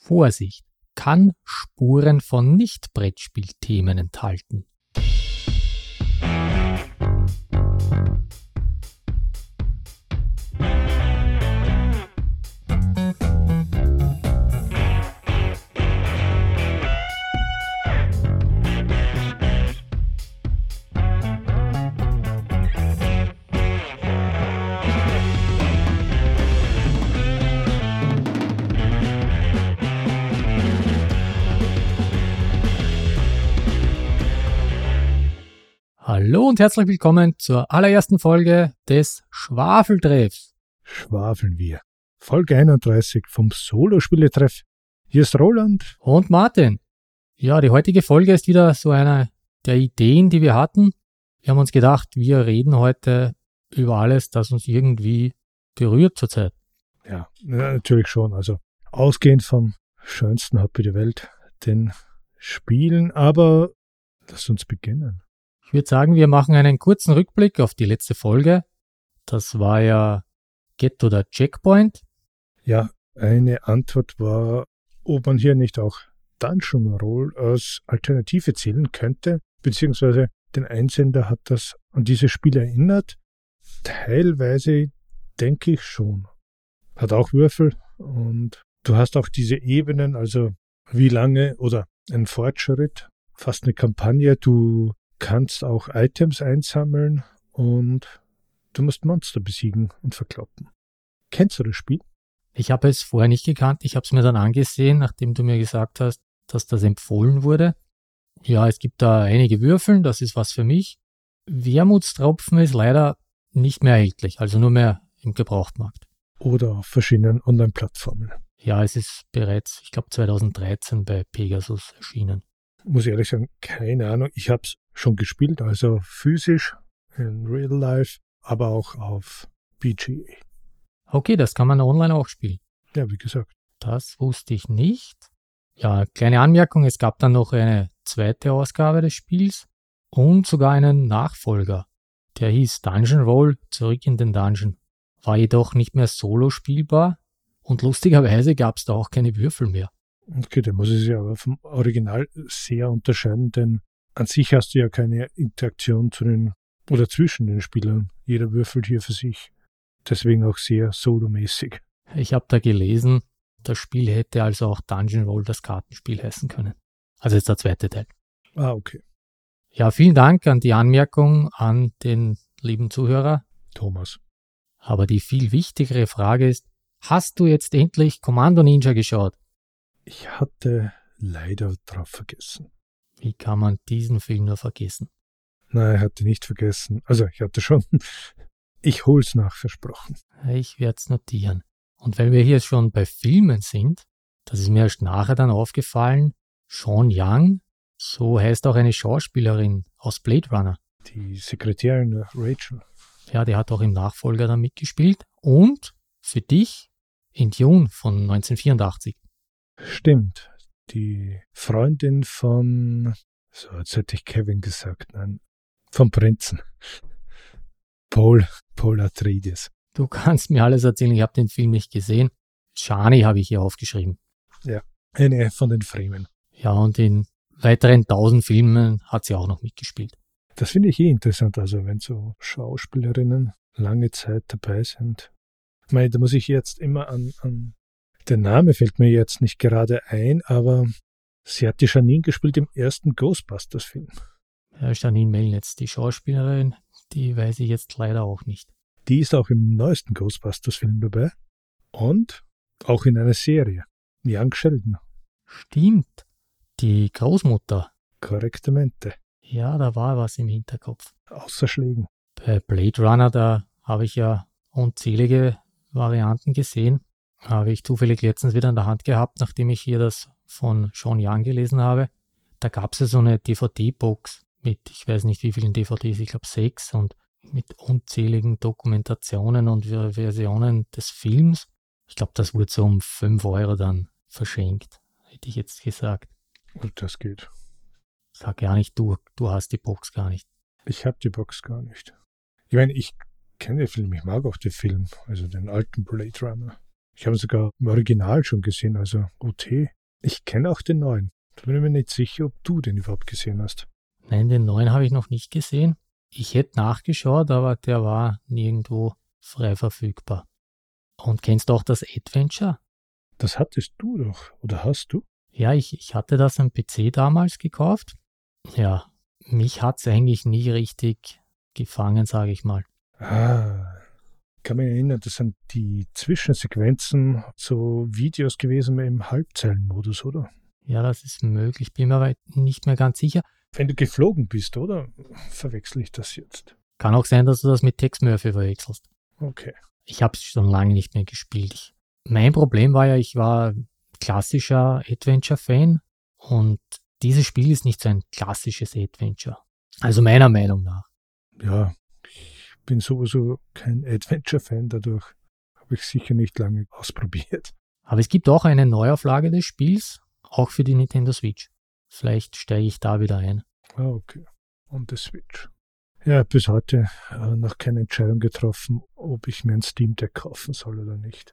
Vorsicht, kann Spuren von Nicht-Brettspielthemen enthalten. Hallo und herzlich willkommen zur allerersten Folge des Schwafeltreffs. Schwafeln wir. Folge 31 vom Solo-Spieletreff. Hier ist Roland. Und Martin. Ja, die heutige Folge ist wieder so eine der Ideen, die wir hatten. Wir haben uns gedacht, wir reden heute über alles, das uns irgendwie berührt zurzeit. Ja, natürlich schon. Also ausgehend vom schönsten Hobby der Welt, den Spielen. Aber lass uns beginnen. Ich würde sagen, wir machen einen kurzen Rückblick auf die letzte Folge. Das war ja Get to the Checkpoint. Ja, eine Antwort war, ob man hier nicht auch Dungeon Roll als Alternative zählen könnte, beziehungsweise den Einsender hat das an dieses Spiel erinnert. Teilweise denke ich schon. Hat auch Würfel und du hast auch diese Ebenen, also wie lange oder ein Fortschritt, fast eine Kampagne, du kannst auch Items einsammeln und du musst Monster besiegen und verkloppen. Kennst du das Spiel? Ich habe es vorher nicht gekannt. Ich habe es mir dann angesehen, nachdem du mir gesagt hast, dass das empfohlen wurde. Ja, es gibt da einige Würfel, das ist was für mich. Wermutstropfen ist leider nicht mehr erhältlich, also nur mehr im Gebrauchtmarkt. Oder auf verschiedenen Online-Plattformen. Ja, es ist bereits, ich glaube 2013 bei Pegasus erschienen. Muss ich ehrlich sagen, keine Ahnung. Ich habe es schon gespielt, also physisch, in Real Life, aber auch auf BGA. Okay, das kann man online auch spielen. Ja, wie gesagt. Das wusste ich nicht. Ja, kleine Anmerkung, es gab dann noch eine zweite Ausgabe des Spiels und sogar einen Nachfolger. Der hieß Dungeon Roll, zurück in den Dungeon. War jedoch nicht mehr solo spielbar und lustigerweise gab es da auch keine Würfel mehr. Okay, dann muss es ja aber vom Original sehr unterscheiden, denn an sich hast du ja keine Interaktion zu den oder zwischen den Spielern. Jeder würfelt hier für sich. Deswegen auch sehr solomäßig. Ich habe da gelesen, das Spiel hätte also auch Dungeon Roll das Kartenspiel heißen können. Also jetzt der zweite Teil. Ah, okay. Ja, vielen Dank an die Anmerkung an den lieben Zuhörer. Thomas. Aber die viel wichtigere Frage ist, hast du jetzt endlich Commando Ninja geschaut? Ich hatte leider drauf vergessen. Wie kann man diesen Film nur vergessen? Nein, ich hatte nicht vergessen. Also, ich hatte schon. Ich hol's nach, versprochen. Ich werde es notieren. Und weil wir hier schon bei Filmen sind, das ist mir erst nachher dann aufgefallen, Sean Young, so heißt auch eine Schauspielerin aus Blade Runner. Die Sekretärin Rachel. Ja, die hat auch im Nachfolger dann mitgespielt. Und für dich in Dune von 1984. Stimmt. Die Freundin von, so jetzt hätte ich Kevin gesagt, nein, vom Prinzen. Paul Atreides. Du kannst mir alles erzählen, ich habe den Film nicht gesehen. Shani habe ich hier aufgeschrieben. Ja, eine von den Fremen. Ja, und in weiteren 1000 Filmen hat sie auch noch mitgespielt. Das finde ich interessant, also wenn so Schauspielerinnen lange Zeit dabei sind. Ich meine, da muss ich jetzt immer an der Name fällt mir jetzt nicht gerade ein, aber sie hat die Janine gespielt im ersten Ghostbusters-Film. Ja, Janine Melnitz, die Schauspielerin, die weiß ich jetzt leider auch nicht. Die ist auch im neuesten Ghostbusters-Film dabei und auch in einer Serie, Young Sheldon. Stimmt, die Großmutter. Korrektamente. Ja, da war was im Hinterkopf. Außer Schlägen. Bei Blade Runner, da habe ich ja unzählige Varianten gesehen. Habe ich zufällig letztens wieder in der Hand gehabt, nachdem ich hier das von Sean Young gelesen habe. Da gab es ja so eine DVD-Box mit, ich weiß nicht wie vielen DVDs, ich glaube 6 und mit unzähligen Dokumentationen und Versionen des Films. Ich glaube, das wurde so um 5 € dann verschenkt, hätte ich jetzt gesagt. Und das geht. Sag ja nicht, du hast die Box gar nicht. Ich habe die Box gar nicht. Ich meine, ich kenne den Film, ich mag auch den Film, also den alten Blade Runner. Ich habe ihn sogar im Original schon gesehen, also OT. Ich kenne auch den neuen. Da bin ich mir nicht sicher, ob du den überhaupt gesehen hast. Nein, den neuen habe ich noch nicht gesehen. Ich hätte nachgeschaut, aber der war nirgendwo frei verfügbar. Und kennst du auch das Adventure? Das hattest du doch, oder hast du? Ja, ich hatte das am PC damals gekauft. Ja, mich hat es eigentlich nie richtig gefangen, sage ich mal. Kann mich erinnern, das sind die Zwischensequenzen so Videos gewesen im Halbzeilenmodus, oder? Ja, das ist möglich, bin mir aber nicht mehr ganz sicher. Wenn du geflogen bist, oder? Verwechsel ich das jetzt? Kann auch sein, dass du das mit Tex Murphy verwechselst. Okay. Ich habe es schon lange nicht mehr gespielt. Mein Problem war ja, ich war klassischer Adventure-Fan und dieses Spiel ist nicht so ein klassisches Adventure. Also meiner Meinung nach. Ja, ich bin sowieso kein Adventure-Fan, dadurch habe ich sicher nicht lange ausprobiert. Aber es gibt auch eine Neuauflage des Spiels, auch für die Nintendo Switch. Vielleicht steige ich da wieder ein. Okay. Und der Switch. Ja, bis heute noch keine Entscheidung getroffen, ob ich mir ein Steam Deck kaufen soll oder nicht.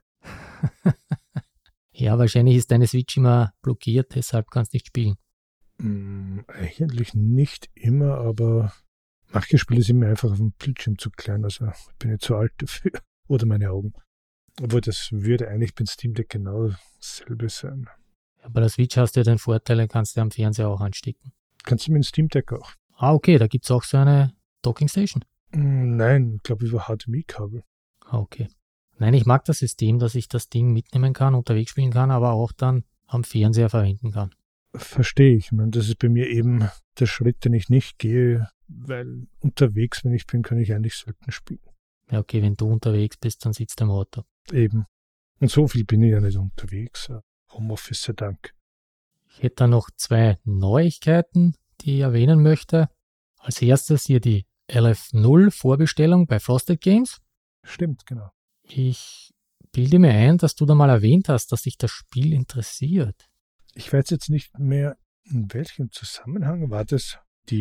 Ja, wahrscheinlich ist deine Switch immer blockiert, deshalb kannst du nicht spielen. Eigentlich nicht immer, aber manche Spiele sind mir einfach auf dem Bildschirm zu klein, also bin ich zu alt dafür. Oder meine Augen. Obwohl das würde eigentlich beim Steam Deck genau dasselbe sein. Ja, bei der Switch hast du ja den Vorteil, den kannst du am Fernseher auch anstecken. Kannst du mit dem Steam Deck auch? Ah, okay, da gibt es auch so eine Docking Station. Nein, ich glaube über HDMI-Kabel. Ah, okay. Nein, ich mag das System, dass ich das Ding mitnehmen kann, unterwegs spielen kann, aber auch dann am Fernseher verwenden kann. Verstehe ich. Ich meine, das ist bei mir eben der Schritt, den ich nicht gehe, weil unterwegs, wenn ich bin, kann ich eigentlich selten spielen. Ja, okay, wenn du unterwegs bist, dann sitzt du im Auto. Eben. Und so viel bin ich ja nicht unterwegs. Homeoffice sei Dank. Ich hätte da noch 2 Neuigkeiten, die ich erwähnen möchte. Als erstes hier die LF0 Vorbestellung bei Frosted Games. Stimmt, genau. Ich bilde mir ein, dass du da mal erwähnt hast, dass dich das Spiel interessiert. Ich weiß jetzt nicht mehr, in welchem Zusammenhang war das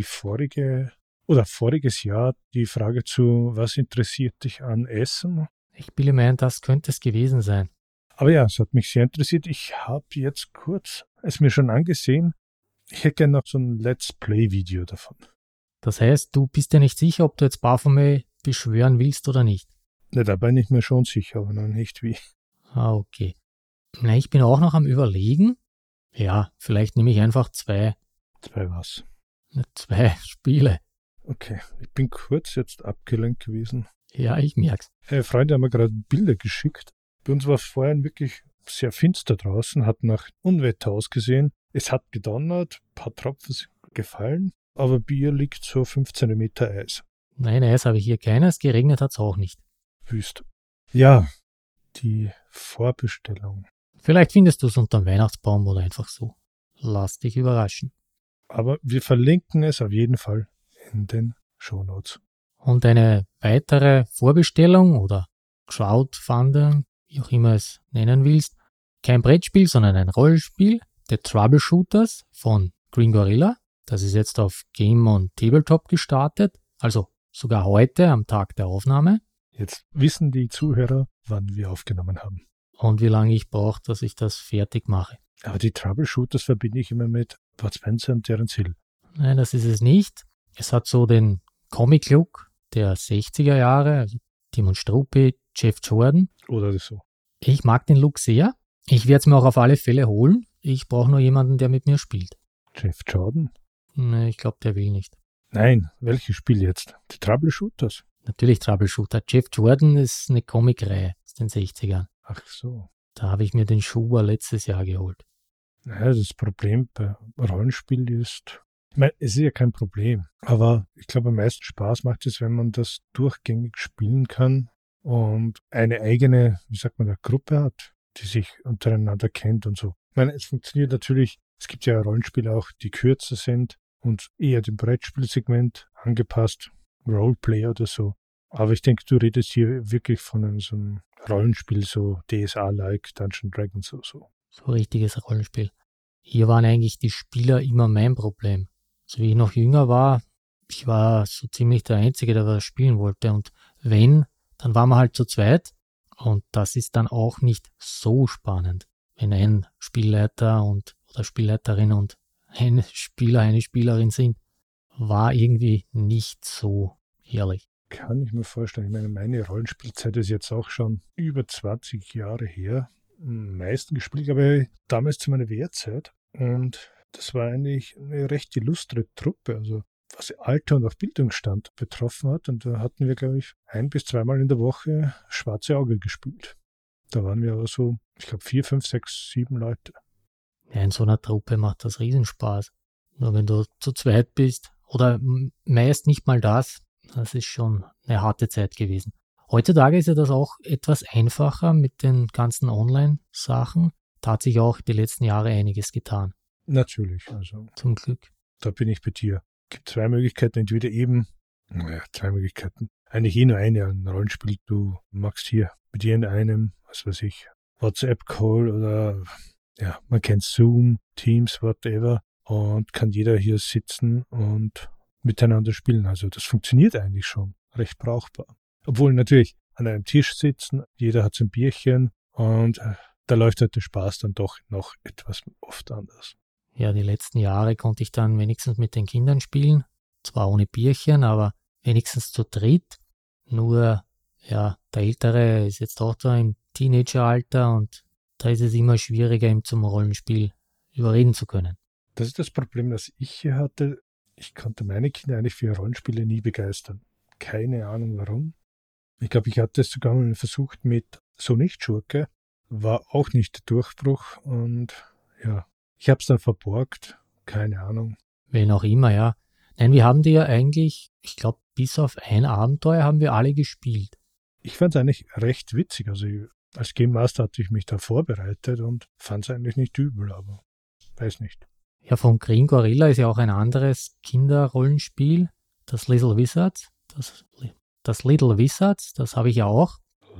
voriges Jahr die Frage zu, was interessiert dich an Essen? Ich bilde mir ein, das könnte es gewesen sein. Aber ja, es hat mich sehr interessiert. Ich habe jetzt kurz es mir schon angesehen. Ich hätte gerne noch so ein Let's Play-Video davon. Das heißt, du bist dir nicht sicher, ob du jetzt Baphomet beschwören willst oder nicht. Ne, da bin ich mir schon sicher, aber noch nicht wie. Ah, okay. Na, ich bin auch noch am Überlegen. Ja, vielleicht nehme ich einfach 2. 2 was? 2 Spiele. Okay, ich bin kurz jetzt abgelenkt gewesen. Ja, ich merk's. Freunde haben mir gerade Bilder geschickt. Bei uns war es vorhin wirklich sehr finster draußen, hat nach Unwetter ausgesehen. Es hat gedonnert, ein paar Tropfen sind gefallen, aber Bier liegt so 5 Zentimeter Eis. Nein, Eis habe ich hier keines, geregnet hat's auch nicht. Wüst. Ja, die Vorbestellung. Vielleicht findest du es unterm Weihnachtsbaum oder einfach so. Lass dich überraschen. Aber wir verlinken es auf jeden Fall in den Shownotes. Und eine weitere Vorbestellung oder Crowdfunding, wie auch immer es nennen willst, kein Brettspiel, sondern ein Rollenspiel, The Troubleshooters von Green Gorilla. Das ist jetzt auf Game on Tabletop gestartet, also sogar heute am Tag der Aufnahme. Jetzt wissen die Zuhörer, wann wir aufgenommen haben. Und wie lange ich brauche, dass ich das fertig mache. Aber die Troubleshooters verbinde ich immer mit Bud Spencer und Terence Hill. Nein, das ist es nicht. Es hat so den Comic-Look der 60er Jahre, also Tim Struppi, Jeff Jordan. Oder so. Ich mag den Look sehr. Ich werde es mir auch auf alle Fälle holen. Ich brauche nur jemanden, der mit mir spielt. Jeff Jordan? Nee, ich glaube, der will nicht. Nein, welches Spiel jetzt? Die Troubleshooters? Natürlich Troubleshooter. Jeff Jordan ist eine Comicreihe aus den 60ern. Ach so. Da habe ich mir den Schuber letztes Jahr geholt. Naja, das Problem bei Rollenspiel ist, ich meine, es ist ja kein Problem, aber ich glaube, am meisten Spaß macht es, wenn man das durchgängig spielen kann und eine eigene, wie sagt man da, Gruppe hat, die sich untereinander kennt und so. Ich meine, es funktioniert natürlich, es gibt ja Rollenspiele auch, die kürzer sind und eher dem Brettspielsegment angepasst, Roleplay oder so. Aber ich denke, du redest hier wirklich von so einem Rollenspiel, so DSA-like, Dungeons & Dragons oder so. So ein richtiges Rollenspiel. Hier waren eigentlich die Spieler immer mein Problem. Also wie ich noch jünger war, ich war so ziemlich der Einzige, der was spielen wollte. Und wenn, dann waren wir halt zu zweit. Und das ist dann auch nicht so spannend, wenn ein Spielleiter und oder Spielleiterin und ein Spieler, eine Spielerin sind, war irgendwie nicht so herrlich. Kann ich mir vorstellen. Ich meine, meine Rollenspielzeit ist jetzt auch schon über 20 Jahre her. Am meisten gespielt habe ich damals zu meiner Wehrzeit. Und das war eigentlich eine recht illustre Truppe, also was Alter und auch Bildungsstand betroffen hat. Und da hatten wir, glaube ich, 1- bis 2-mal in der Woche Schwarze Auge gespielt. Da waren wir aber so, ich glaube, 4, 5, 6, 7 Leute. Ja, in so einer Truppe macht das Riesenspaß. Nur wenn du zu zweit bist oder meist nicht mal das ist schon eine harte Zeit gewesen. Heutzutage ist ja das auch etwas einfacher mit den ganzen Online-Sachen. Da hat sich auch die letzten Jahre einiges getan. Natürlich, also Zum Glück. da bin ich bei dir. Es gibt 2 Möglichkeiten, entweder eben, 2 Möglichkeiten, eigentlich nur eine, ein Rollenspiel, du machst hier mit irgendeinem, was weiß ich, WhatsApp-Call oder ja, man kennt Zoom, Teams, whatever und kann jeder hier sitzen und miteinander spielen. Also das funktioniert eigentlich schon recht brauchbar. Obwohl natürlich an einem Tisch sitzen, jeder hat sein Bierchen und da läuft halt der Spaß dann doch noch etwas oft anders. Ja, die letzten Jahre konnte ich dann wenigstens mit den Kindern spielen. Zwar ohne Bierchen, aber wenigstens zu dritt. Nur, ja, der Ältere ist jetzt auch da im Teenageralter und da ist es immer schwieriger, ihm zum Rollenspiel überreden zu können. Das ist das Problem, das ich hier hatte. Ich konnte meine Kinder eigentlich für Rollenspiele nie begeistern. Keine Ahnung warum. Ich glaube, ich hatte es sogar mal versucht mit So nicht Schurke. War auch nicht der Durchbruch und ja, ich habe es dann verborgt. Keine Ahnung. Wen auch immer, ja. Nein, wir haben die ja eigentlich, ich glaube, bis auf ein Abenteuer haben wir alle gespielt. Ich fand es eigentlich recht witzig. Also als Game Master hatte ich mich da vorbereitet und fand es eigentlich nicht übel, aber weiß nicht. Ja, von Green Gorilla ist ja auch ein anderes Kinderrollenspiel, das Little Wizards. Das Little Wizards, das habe ich ja auch.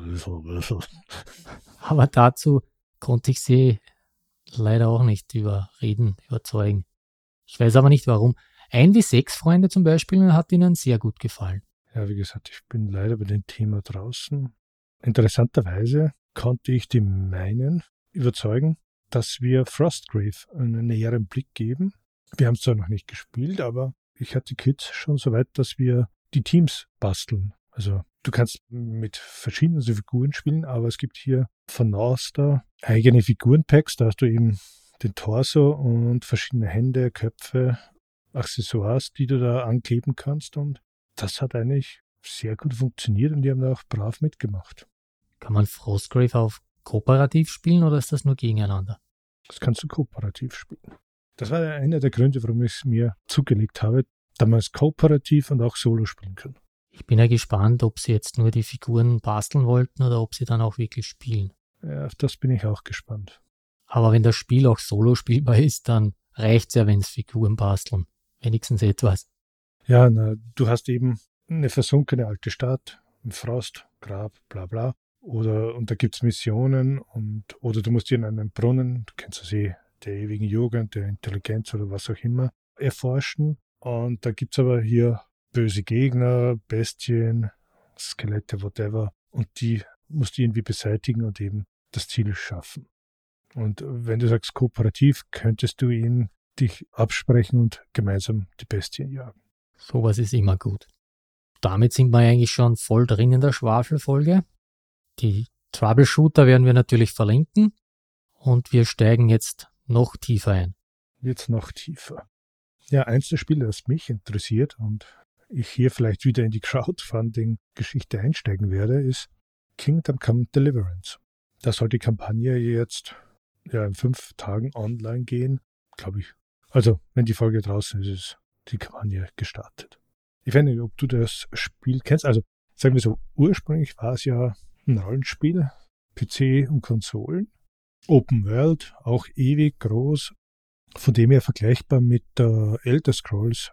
Aber dazu konnte ich sie leider auch nicht überzeugen. Ich weiß aber nicht warum. 1-6 Freunde zum Beispiel hat ihnen sehr gut gefallen. Ja, wie gesagt, ich bin leider bei dem Thema draußen. Interessanterweise konnte ich die meinen überzeugen, dass wir Frostgrave einen näheren Blick geben. Wir haben es zwar noch nicht gespielt, aber ich hatte Kids schon so weit, dass wir die Teams basteln. Also du kannst mit verschiedenen Figuren spielen, aber es gibt hier von Nauster eigene Figurenpacks. Da hast du eben den Torso und verschiedene Hände, Köpfe, Accessoires, die du da ankleben kannst. Und das hat eigentlich sehr gut funktioniert und die haben da auch brav mitgemacht. Kann man Frostgrave auf kooperativ spielen oder ist das nur gegeneinander? Das kannst du kooperativ spielen. Das war einer der Gründe, warum ich es mir zugelegt habe, da man es kooperativ und auch solo spielen kann. Ich bin ja gespannt, ob sie jetzt nur die Figuren basteln wollten oder ob sie dann auch wirklich spielen. Ja, auf das bin ich auch gespannt. Aber wenn das Spiel auch solo spielbar ist, dann reicht es ja, wenn es Figuren basteln. Wenigstens etwas. Ja, du hast eben eine versunkene alte Stadt, ein Frost, Grab, bla bla. Und da gibt es Missionen oder du musst in einen Brunnen, du kennst das der ewigen Jugend, der Intelligenz oder was auch immer, erforschen. Und da gibt es aber hier böse Gegner, Bestien, Skelette, whatever. Und die musst du irgendwie beseitigen und eben das Ziel schaffen. Und wenn du sagst kooperativ, könntest du dich absprechen und gemeinsam die Bestien jagen. Sowas ist immer gut. Damit sind wir eigentlich schon voll drin in der Schwafelfolge. Die Troubleshooter werden wir natürlich verlinken und wir steigen jetzt noch tiefer ein. Jetzt noch tiefer. Ja, eins der Spiele, das mich interessiert und ich hier vielleicht wieder in die Crowdfunding-Geschichte einsteigen werde, ist Kingdom Come Deliverance. Da soll die Kampagne jetzt in 5 Tagen online gehen, glaube ich. Also, wenn die Folge draußen ist, ist die Kampagne gestartet. Ich weiß nicht, ob du das Spiel kennst. Also, sagen wir so, ursprünglich war es ja ein Rollenspiel, PC und Konsolen. Open World, auch ewig groß. Von dem her vergleichbar mit der Elder Scrolls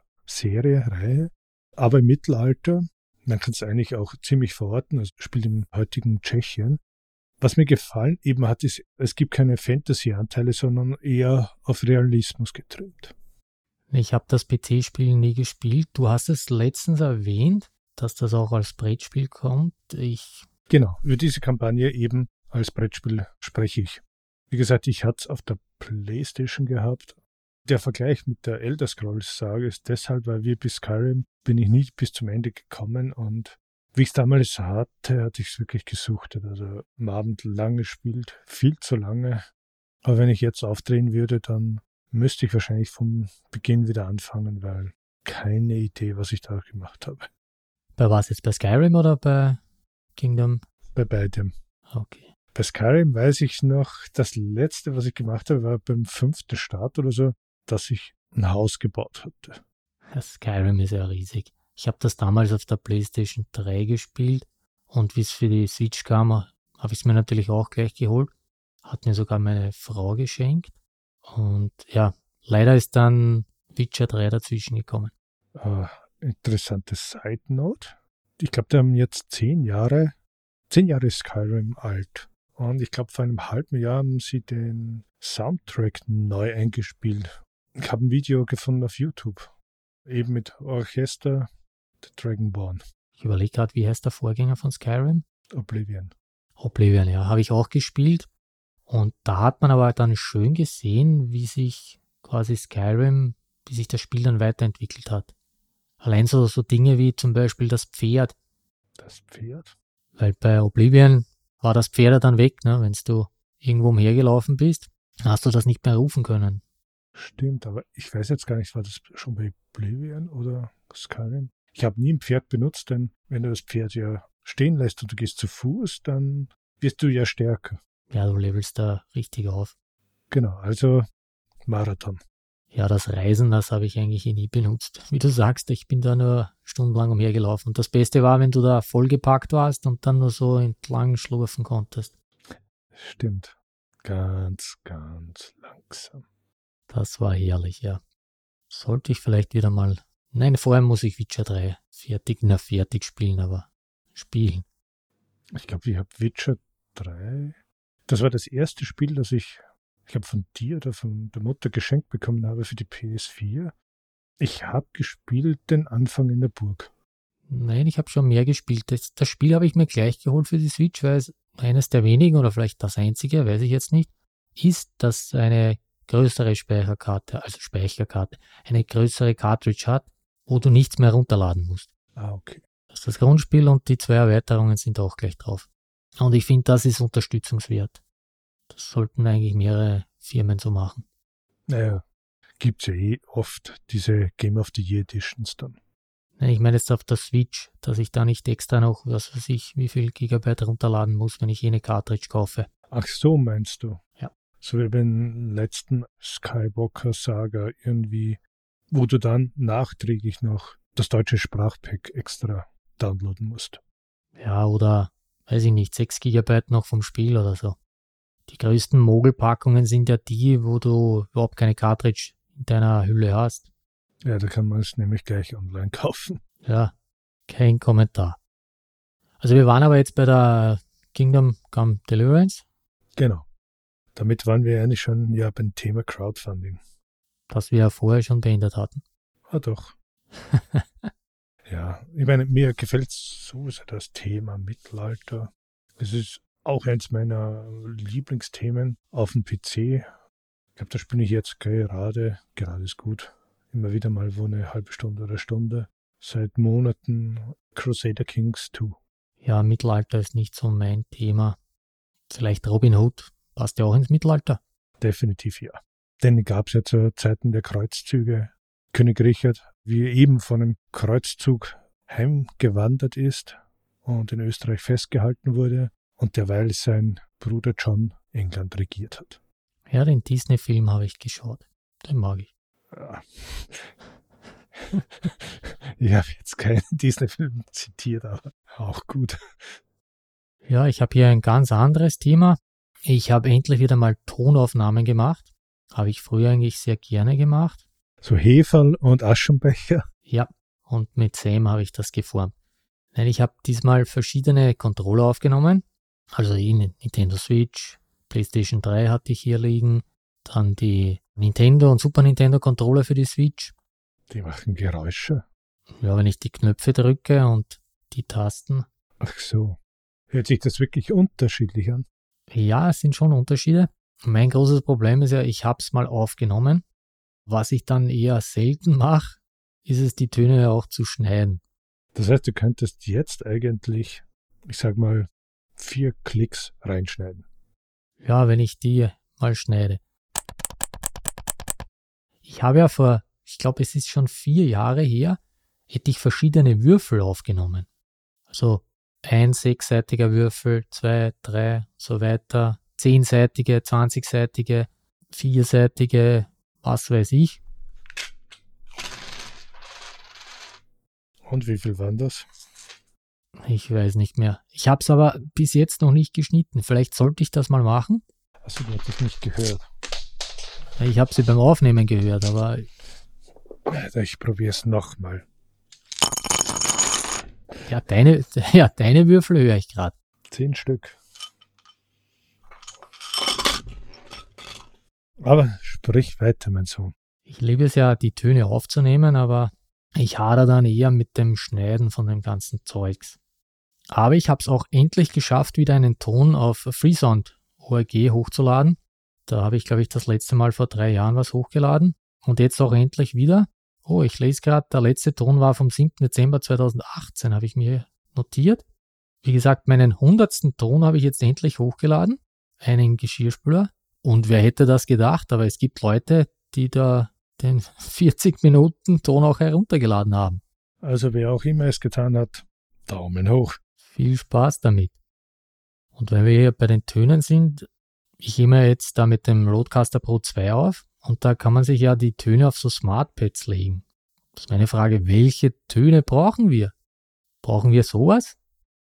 Reihe. Aber im Mittelalter, man kann es eigentlich auch ziemlich verorten, also spielt im heutigen Tschechien. Was mir gefallen eben hat, ist, es gibt keine Fantasy-Anteile, sondern eher auf Realismus getrimmt. Ich habe das PC-Spiel nie gespielt. Du hast es letztens erwähnt, dass das auch als Brettspiel kommt. Genau, über diese Kampagne eben als Brettspiel spreche ich. Wie gesagt, ich hatte es auf der PlayStation gehabt. Der Vergleich mit der Elder Scrolls-Sage ist deshalb, weil wir bis Skyrim bin ich nicht bis zum Ende gekommen und wie ich es damals hatte ich es wirklich gesuchtet. Also am Abend lang gespielt, viel zu lange. Aber wenn ich jetzt aufdrehen würde, dann müsste ich wahrscheinlich vom Beginn wieder anfangen, weil keine Idee, was ich da gemacht habe. Bei was jetzt? Bei Skyrim oder bei Kingdom? Bei beidem. Okay. Bei Skyrim weiß ich noch, das letzte, was ich gemacht habe, war beim 5. Start oder so, dass ich ein Haus gebaut hatte. Skyrim ist ja riesig. Ich habe das damals auf der PlayStation 3 gespielt und wie es für die Switch kam, habe ich es mir natürlich auch gleich geholt. Hat mir sogar meine Frau geschenkt. Und ja, leider ist dann Witcher 3 dazwischen gekommen. Interessante Side Note. Ich glaube, die haben jetzt 10 Jahre ist Skyrim alt. Und ich glaube, vor einem halben Jahr haben sie den Soundtrack neu eingespielt. Ich habe ein Video gefunden auf YouTube. Eben mit Orchester, The Dragonborn. Ich überlege gerade, wie heißt der Vorgänger von Skyrim? Oblivion, ja, habe ich auch gespielt. Und da hat man aber dann schön gesehen, wie sich quasi Skyrim, wie sich das Spiel dann weiterentwickelt hat. Allein so Dinge wie zum Beispiel das Pferd. Das Pferd? Weil bei Oblivion war das Pferd dann weg, ne? Wenn du irgendwo umhergelaufen bist, hast du das nicht mehr rufen können. Stimmt, aber ich weiß jetzt gar nicht, war das schon bei Oblivion oder Skyrim? Ich habe nie ein Pferd benutzt, denn wenn du das Pferd ja stehen lässt und du gehst zu Fuß, dann wirst du ja stärker. Ja, du levelst da richtig auf. Genau, also Marathon. Ja, das Reisen, das habe ich eigentlich nie benutzt. Wie du sagst, ich bin da nur stundenlang umhergelaufen. Und das Beste war, wenn du da vollgepackt warst und dann nur so entlang schlurfen konntest. Stimmt. Ganz, ganz langsam. Das war herrlich, ja. Sollte ich vielleicht wieder mal... Nein, vorher muss ich Witcher 3 fertig spielen, aber spielen. Ich glaube, ich habe Witcher 3... Das war das erste Spiel, das ich glaube, von dir oder von der Mutter geschenkt bekommen habe für die PS4. Ich habe gespielt den Anfang in der Burg. Nein, ich habe schon mehr gespielt. Das Spiel habe ich mir gleich geholt für die Switch, weil es eines der wenigen oder vielleicht das einzige, weiß ich jetzt nicht, ist, dass eine größere Speicherkarte, eine größere Cartridge hat, wo du nichts mehr runterladen musst. Okay. Das ist das Grundspiel und die 2 Erweiterungen sind auch gleich drauf. Und ich finde, das ist unterstützungswert. Das sollten eigentlich mehrere Firmen so machen. Naja, gibt es ja oft diese Game of the Year Editions dann. Ich meine jetzt auf der Switch, dass ich da nicht extra noch, was weiß ich, wie viel Gigabyte runterladen muss, wenn ich eine Cartridge kaufe. Ach so, meinst du? Ja. So wie beim letzten Skywalker Saga irgendwie, wo du dann nachträglich noch das deutsche Sprachpack extra downloaden musst. Ja, oder, weiß ich nicht, 6 Gigabyte noch vom Spiel oder so. Die größten Mogelpackungen sind ja die, wo du überhaupt keine Cartridge in deiner Hülle hast. Ja, da kann man es nämlich gleich online kaufen. Ja, kein Kommentar. Also wir waren aber jetzt bei der Kingdom Come Deliverance. Genau. Damit waren wir eigentlich schon beim Thema Crowdfunding. Das wir ja vorher schon beendet hatten. Ah doch. Ja, ich meine, mir gefällt sowieso das Thema Mittelalter. Es ist auch eins meiner Lieblingsthemen auf dem PC. Ich glaube, da spiele ich jetzt gerade ist gut, immer wieder mal wo eine halbe Stunde oder Stunde. Seit Monaten Crusader Kings 2. Ja, Mittelalter ist nicht so mein Thema. Vielleicht Robin Hood. Passt ja auch ins Mittelalter. Definitiv ja. Denn gab es ja zu Zeiten der Kreuzzüge. König Richard, wie er eben von einem Kreuzzug heimgewandert ist und in Österreich festgehalten wurde und derweil sein Bruder John England regiert hat. Ja, den Disney-Film habe ich geschaut. Den mag ich. Ja. Ich habe jetzt keinen Disney-Film zitiert, aber auch gut. Ja, ich habe hier ein ganz anderes Thema. Ich habe endlich wieder mal Tonaufnahmen gemacht. Habe ich früher eigentlich sehr gerne gemacht. So Heferl und Aschenbecher? Ja, und mit Sam habe ich das geformt. Nein, ich habe diesmal verschiedene Controller aufgenommen. Also die Nintendo Switch, PlayStation 3 hatte ich hier liegen. Dann die Nintendo und Super Nintendo Controller für die Switch. Die machen Geräusche. Ja, wenn ich die Knöpfe drücke und die Tasten. Ach so. Hört sich das wirklich unterschiedlich an? Ja, es sind schon Unterschiede. Mein großes Problem ist ja, ich habe es mal aufgenommen. Was ich dann eher selten mache, ist es, die Töne auch zu schneiden. Das heißt, du könntest jetzt eigentlich, ich sag mal, 4 Klicks reinschneiden. Ja, wenn ich die mal schneide. Ich habe ja ich glaube, es ist schon 4 Jahre her, hätte ich verschiedene Würfel aufgenommen. Also ein 6-seitiger Würfel, 2, 3, so weiter, 10-seitige, 20-seitige, 4-seitige, was weiß ich. Und wie viel waren das? Ich weiß nicht mehr. Ich habe es aber bis jetzt noch nicht geschnitten. Vielleicht sollte ich das mal machen. Hast du das nicht gehört? Ich habe sie beim Aufnehmen gehört, aber Ich probiere es nochmal. ja, deine Würfel höre ich gerade. 10 Stück. Aber sprich weiter, mein Sohn. Ich liebe es ja, die Töne aufzunehmen, aber ich hadere dann eher mit dem Schneiden von dem ganzen Zeugs. Aber ich habe es auch endlich geschafft, wieder einen Ton auf Freesound.org hochzuladen. Da habe ich, glaube ich, das letzte Mal vor 3 Jahren was hochgeladen. Und jetzt auch endlich wieder. Oh, ich lese gerade, der letzte Ton war vom 7. Dezember 2018, habe ich mir notiert. Wie gesagt, meinen 100. Ton habe ich jetzt endlich hochgeladen. Einen Geschirrspüler. Und wer hätte das gedacht? Aber es gibt Leute, die da den 40 Minuten Ton auch heruntergeladen haben. Also wer auch immer es getan hat, Daumen hoch. Viel Spaß damit. Und wenn wir hier bei den Tönen sind, ich nehme jetzt da mit dem Rodecaster Pro 2 auf und da kann man sich ja die Töne auf so Smartpads legen. Das ist meine Frage, welche Töne brauchen wir? Brauchen wir sowas?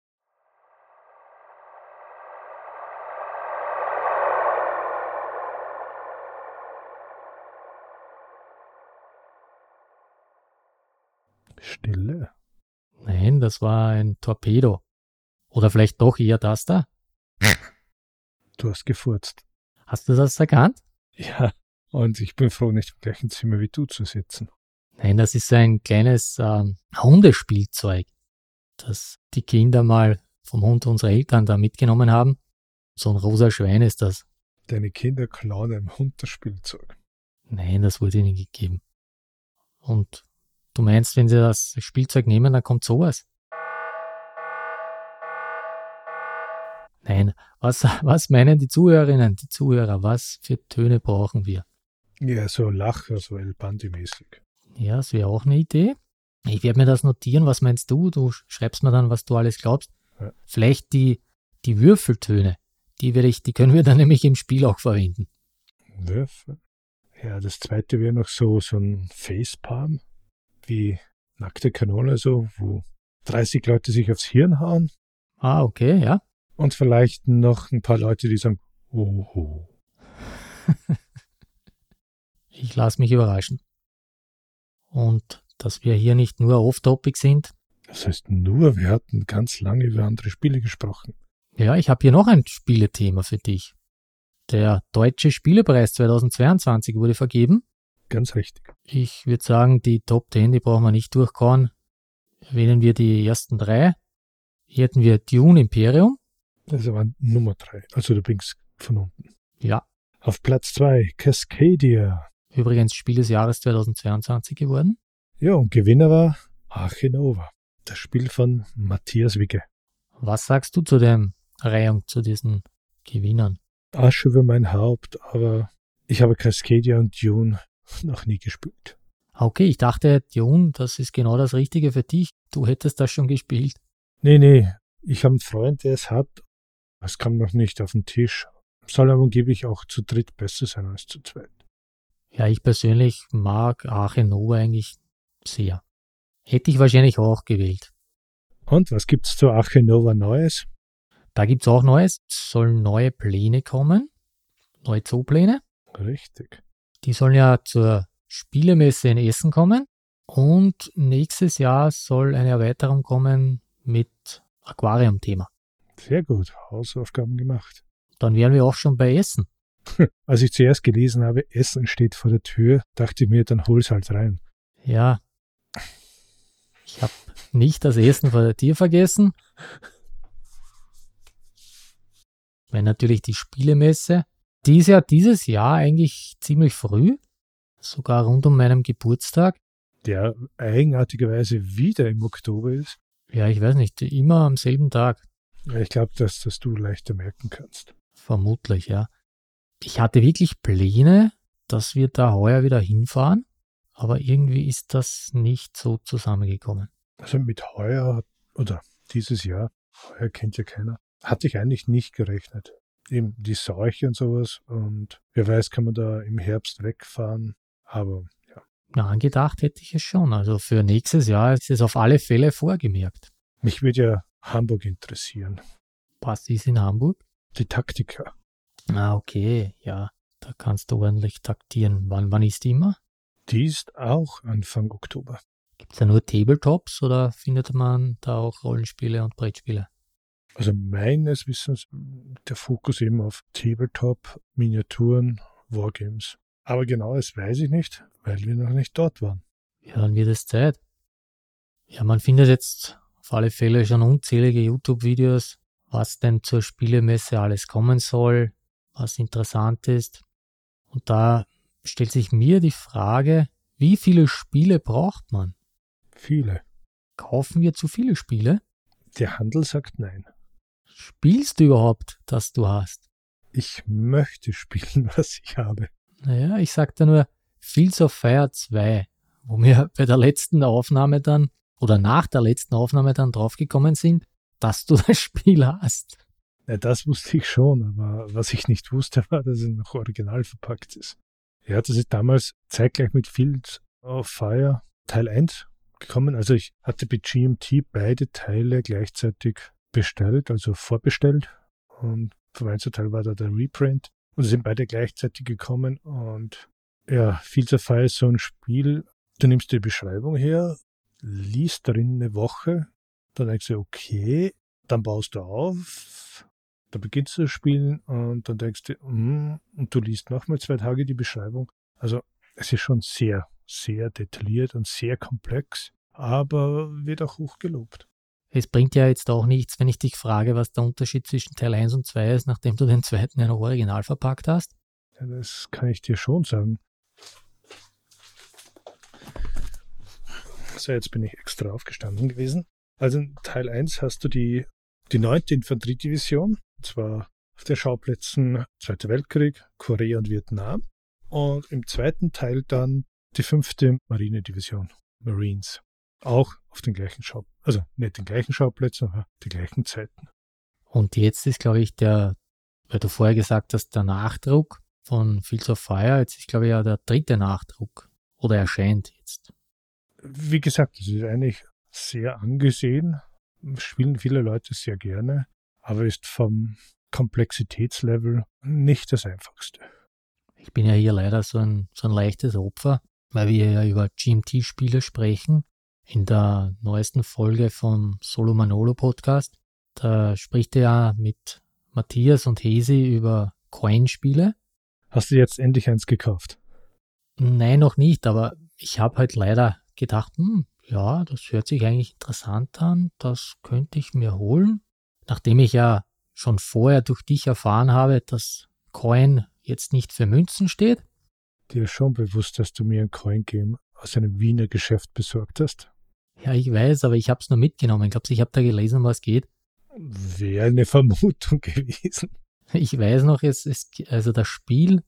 Stille. Nein, das war ein Torpedo. Oder vielleicht doch eher das da? Du hast gefurzt. Hast du das erkannt? Ja, und ich bin froh, nicht im gleichen Zimmer wie du zu sitzen. Nein, das ist so ein kleines Hundespielzeug, das die Kinder mal vom Hund unserer Eltern da mitgenommen haben. So ein rosa Schwein ist das. Deine Kinder klauen einem Hund das Spielzeug. Nein, das wurde ihnen gegeben. Und du meinst, wenn sie das Spielzeug nehmen, dann kommt sowas? Nein, was meinen die Zuhörerinnen, die Zuhörer? Was für Töne brauchen wir? Ja, so Lacher, so El Bandi-mäßig. Ja, das wäre auch eine Idee. Ich werde mir das notieren. Was meinst du? Du schreibst mir dann, was du alles glaubst. Ja. Vielleicht die Würfeltöne. Die können wir dann nämlich im Spiel auch verwenden. Würfel. Ja, das zweite wäre noch so ein Facepalm, wie nackte Kanone, so, wo 30 Leute sich aufs Hirn hauen. Ah, okay, ja. Und vielleicht noch ein paar Leute, die sagen, oh. Ich lasse mich überraschen. Und dass wir hier nicht nur off-topic sind. Das heißt nur, wir hatten ganz lange über andere Spiele gesprochen. Ja, ich habe hier noch ein Spielethema für dich. Der Deutsche Spielepreis 2022 wurde vergeben. Ganz richtig. Ich würde sagen, die Top 10, die brauchen wir nicht durchkauen. Erwähnen wir die ersten 3. Hier hätten wir Dune Imperium. Das war Nummer 3, also du bist von unten. Ja. Auf Platz 2 Cascadia. Übrigens Spiel des Jahres 2022 geworden. Ja, und Gewinner war Arche Nova, das Spiel von Matthias Wicke. Was sagst du zu der Reihung, zu diesen Gewinnern? Asche über mein Haupt, aber ich habe Cascadia und Dune noch nie gespielt. Okay, ich dachte, Dune, das ist genau das Richtige für dich. Du hättest das schon gespielt. Nee, ich habe einen Freund, der es hat. Es kam noch nicht auf den Tisch. Soll aber angeblich auch zu dritt besser sein als zu zweit. Ja, ich persönlich mag Arche Nova eigentlich sehr. Hätte ich wahrscheinlich auch gewählt. Und was gibt's zu Arche Nova Neues? Da gibt's auch Neues. Es sollen neue Pläne kommen. Neue Zoopläne. Richtig. Die sollen ja zur Spielemesse in Essen kommen. Und nächstes Jahr soll eine Erweiterung kommen mit Aquarium-Thema. Sehr gut, Hausaufgaben gemacht. Dann wären wir auch schon bei Essen. Als ich zuerst gelesen habe, Essen steht vor der Tür, dachte ich mir, dann hol's halt rein. Ja, ich habe nicht das Essen vor der Tür vergessen. Weil natürlich die Spielemesse Dieses Jahr eigentlich ziemlich früh, sogar rund um meinem Geburtstag. Der eigenartigerweise wieder im Oktober ist. Ja, ich weiß nicht, immer am selben Tag. Ja, ich glaube, dass das du leichter merken kannst. Vermutlich, ja. Ich hatte wirklich Pläne, dass wir da heuer wieder hinfahren, aber irgendwie ist das nicht so zusammengekommen. Also mit heuer oder dieses Jahr, heuer kennt ja keiner, hatte ich eigentlich nicht gerechnet. Eben die Seuche und sowas und wer weiß, kann man da im Herbst wegfahren, aber ja. Na, angedacht hätte ich es schon. Also für nächstes Jahr ist es auf alle Fälle vorgemerkt. Mich würde ja Hamburg interessieren. Was ist in Hamburg? Die Taktika. Ah, okay, ja, da kannst du ordentlich taktieren. Wann ist die immer? Die ist auch Anfang Oktober. Gibt es da nur Tabletops oder findet man da auch Rollenspiele und Brettspiele? Also meines Wissens der Fokus eben auf Tabletop, Miniaturen, Wargames. Aber genaues weiß ich nicht, weil wir noch nicht dort waren. Ja, dann wird es Zeit. Ja, man findet jetzt auf alle Fälle schon unzählige YouTube-Videos, was denn zur Spielemesse alles kommen soll, was interessant ist. Und da stellt sich mir die Frage, wie viele Spiele braucht man? Viele. Kaufen wir zu viele Spiele? Der Handel sagt nein. Spielst du überhaupt, das du hast? Ich möchte spielen, was ich habe. Naja, ich sag da nur Fields of Fire 2, wo wir bei der letzten Aufnahme dann oder nach der letzten Aufnahme dann draufgekommen sind, dass du das Spiel hast. Ja, das wusste ich schon, aber was ich nicht wusste, war, dass es noch original verpackt ist. Ja, das ist damals zeitgleich mit Fields of Fire Teil 1 gekommen. Also ich hatte bei GMT beide Teile gleichzeitig bestellt, also vorbestellt. Und vom ersten Teil war da der Reprint. Und sie sind beide gleichzeitig gekommen. Und ja, Fields of Fire ist so ein Spiel, du nimmst die Beschreibung her, liest darin eine Woche, dann denkst du, okay, dann baust du auf, dann beginnst du zu spielen und dann denkst du, und du liest nochmal 2 Tage die Beschreibung. Also es ist schon sehr, sehr detailliert und sehr komplex, aber wird auch hoch gelobt. Es bringt ja jetzt auch nichts, wenn ich dich frage, was der Unterschied zwischen Teil 1 und 2 ist, nachdem du den zweiten ja noch original verpackt hast. Ja, das kann ich dir schon sagen. So, jetzt bin ich extra aufgestanden gewesen. Also in Teil 1 hast du die 9. Infanteriedivision, und zwar auf den Schauplätzen Zweiter Weltkrieg, Korea und Vietnam. Und im zweiten Teil dann die 5. Marinedivision, Marines. Auch auf den gleichen also nicht den gleichen Schauplätzen, aber die gleichen Zeiten. Und jetzt ist, glaube ich, weil du vorher gesagt hast, der Nachdruck von Fields of Fire, jetzt ist, glaube ich, ja der 3. Nachdruck oder erscheint jetzt. Wie gesagt, es ist eigentlich sehr angesehen, spielen viele Leute sehr gerne, aber ist vom Komplexitätslevel nicht das einfachste. Ich bin ja hier leider so ein leichtes Opfer, weil wir ja über GMT-Spiele sprechen. In der neuesten Folge vom Solo Manolo Podcast, da spricht er ja mit Matthias und Hesi über Coin-Spiele. Hast du jetzt endlich eins gekauft? Nein, noch nicht, aber ich habe halt leider gedacht, ja, das hört sich eigentlich interessant an, das könnte ich mir holen. Nachdem ich ja schon vorher durch dich erfahren habe, dass Coin jetzt nicht für Münzen steht. Dir ist schon bewusst, dass du mir ein Coin-Game aus einem Wiener Geschäft besorgt hast? Ja, ich weiß, aber ich habe es nur mitgenommen. Glaubst du, ich habe da gelesen, um was es geht? Wäre eine Vermutung gewesen. Ich weiß noch, also das Spiel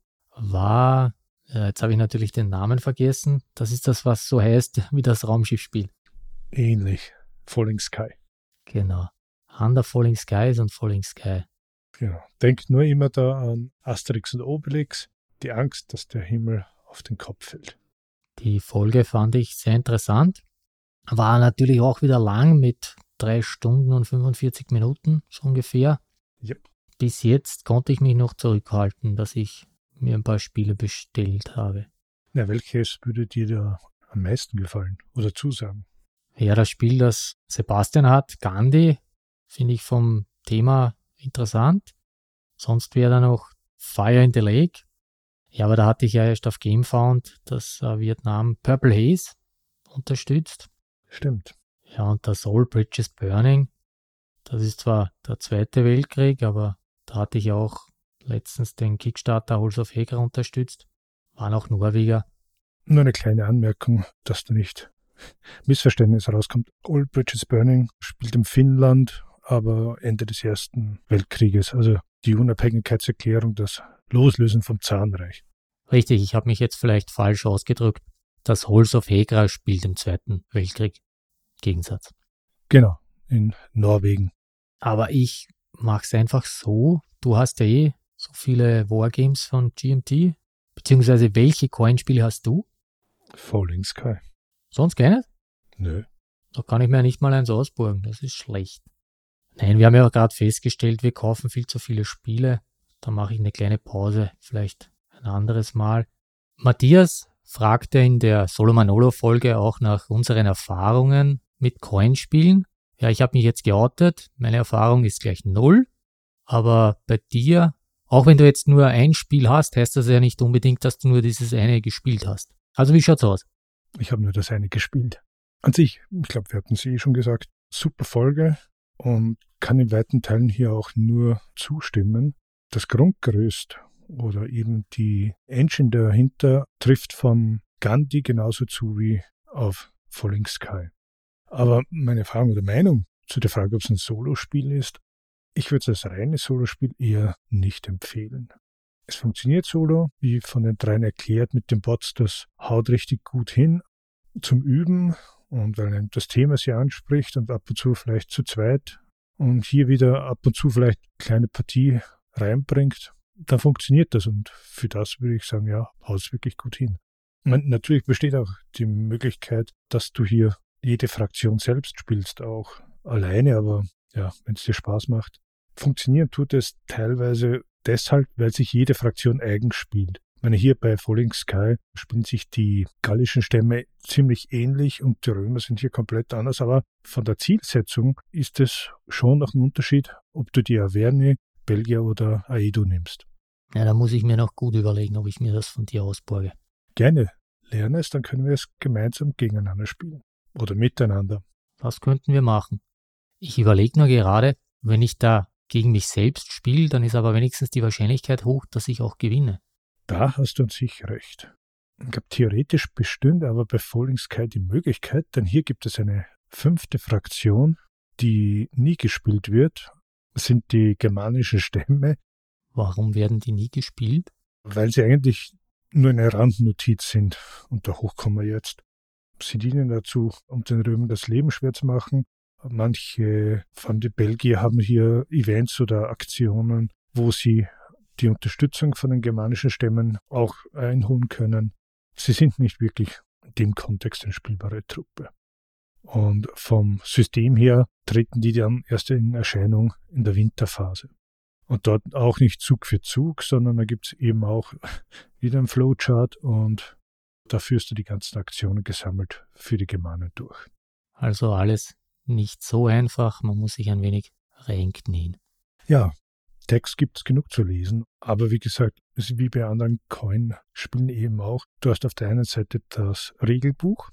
war, jetzt habe ich natürlich den Namen vergessen, das ist das, was so heißt wie das Raumschiffspiel. Ähnlich. Falling Sky. Genau. Under Falling Skies und Falling Sky. Genau. Denk nur immer da an Asterix und Obelix, die Angst, dass der Himmel auf den Kopf fällt. Die Folge fand ich sehr interessant. War natürlich auch wieder lang mit 3 Stunden und 45 Minuten, so ungefähr. Yep. Bis jetzt konnte ich mich noch zurückhalten, dass ich mir ein paar Spiele bestellt habe. Na, welches würde dir da am meisten gefallen oder zusagen? Ja, das Spiel, das Sebastian hat, Gandhi, finde ich vom Thema interessant. Sonst wäre da noch Fire in the Lake. Ja, aber da hatte ich ja erst auf GameFound das Vietnam Purple Haze unterstützt. Stimmt. Ja, und das All Bridges Burning, das ist zwar der Zweite Weltkrieg, aber da hatte ich auch letztens den Kickstarter Halls of Hegra unterstützt. Waren auch Norweger. Nur eine kleine Anmerkung, dass da nicht Missverständnis rauskommt. All Bridges Burning spielt in Finnland, aber Ende des Ersten Weltkrieges. Also die Unabhängigkeitserklärung, das Loslösen vom Zarenreich. Richtig, ich habe mich jetzt vielleicht falsch ausgedrückt. Das Halls of Hegra spielt im Zweiten Weltkrieg. Gegensatz. Genau, in Norwegen. Aber ich mache es einfach so. Du hast ja so viele Wargames von GMT. Beziehungsweise welche Coinspiele hast du? Falling Sky. Sonst keine? Nö. Da kann ich mir nicht mal eins ausborgen. Das ist schlecht. Nein, wir haben ja auch gerade festgestellt, wir kaufen viel zu viele Spiele. Da mache ich eine kleine Pause. Vielleicht ein anderes Mal. Matthias fragte in der Solo Manolo-Folge auch nach unseren Erfahrungen mit Coinspielen. Ja, ich habe mich jetzt geoutet. Meine Erfahrung ist gleich 0. Aber bei dir, auch wenn du jetzt nur ein Spiel hast, heißt das ja nicht unbedingt, dass du nur dieses eine gespielt hast. Also wie schaut's aus? Ich habe nur das eine gespielt. An sich, ich glaube, wir hatten es schon gesagt, super Folge und kann in weiten Teilen hier auch nur zustimmen. Das Grundgerüst oder eben die Engine dahinter trifft von Gandhi genauso zu wie auf Falling Sky. Aber meine Erfahrung oder Meinung zu der Frage, ob es ein Solospiel ist, ich würde es als reines Solospiel eher nicht empfehlen. Es funktioniert solo, wie von den dreien erklärt mit den Bots, das haut richtig gut hin zum Üben und weil einem das Thema sie anspricht und ab und zu vielleicht zu zweit und hier wieder ab und zu vielleicht eine kleine Partie reinbringt, dann funktioniert das und für das würde ich sagen, ja, haut es wirklich gut hin. Und natürlich besteht auch die Möglichkeit, dass du hier jede Fraktion selbst spielst, auch alleine, aber ja, wenn es dir Spaß macht. Funktionieren tut es teilweise deshalb, weil sich jede Fraktion eigen spielt. Ich meine, hier bei Falling Sky spielen sich die gallischen Stämme ziemlich ähnlich und die Römer sind hier komplett anders, aber von der Zielsetzung ist es schon noch ein Unterschied, ob du die Averni, Belgier oder Aedo nimmst. Ja, da muss ich mir noch gut überlegen, ob ich mir das von dir ausborge. Gerne, lerne es, dann können wir es gemeinsam gegeneinander spielen. Oder miteinander. Das könnten wir machen. Ich überlege nur gerade, wenn ich da gegen mich selbst spiele, dann ist aber wenigstens die Wahrscheinlichkeit hoch, dass ich auch gewinne. Da hast du an sich recht. Ich glaube, theoretisch bestünde aber bei Falling Sky die Möglichkeit, denn hier gibt es eine 5. Fraktion, die nie gespielt wird, das sind die germanischen Stämme. Warum werden die nie gespielt? Weil sie eigentlich nur eine Randnotiz sind. Und da hoch kommen wir jetzt. Sie dienen dazu, um den Römern das Leben schwer zu machen. Manche, vor allem die Belgier, haben hier Events oder Aktionen, wo sie die Unterstützung von den germanischen Stämmen auch einholen können. Sie sind nicht wirklich in dem Kontext eine spielbare Truppe. Und vom System her treten die dann erst in Erscheinung in der Winterphase. Und dort auch nicht Zug für Zug, sondern da gibt es eben auch wieder einen Flowchart und da führst du die ganzen Aktionen gesammelt für die Germanen durch. Also alles nicht so einfach, man muss sich ein wenig reinknien. Ja, Text gibt es genug zu lesen, aber wie gesagt, es ist wie bei anderen Coin-Spielen eben auch. Du hast auf der einen Seite das Regelbuch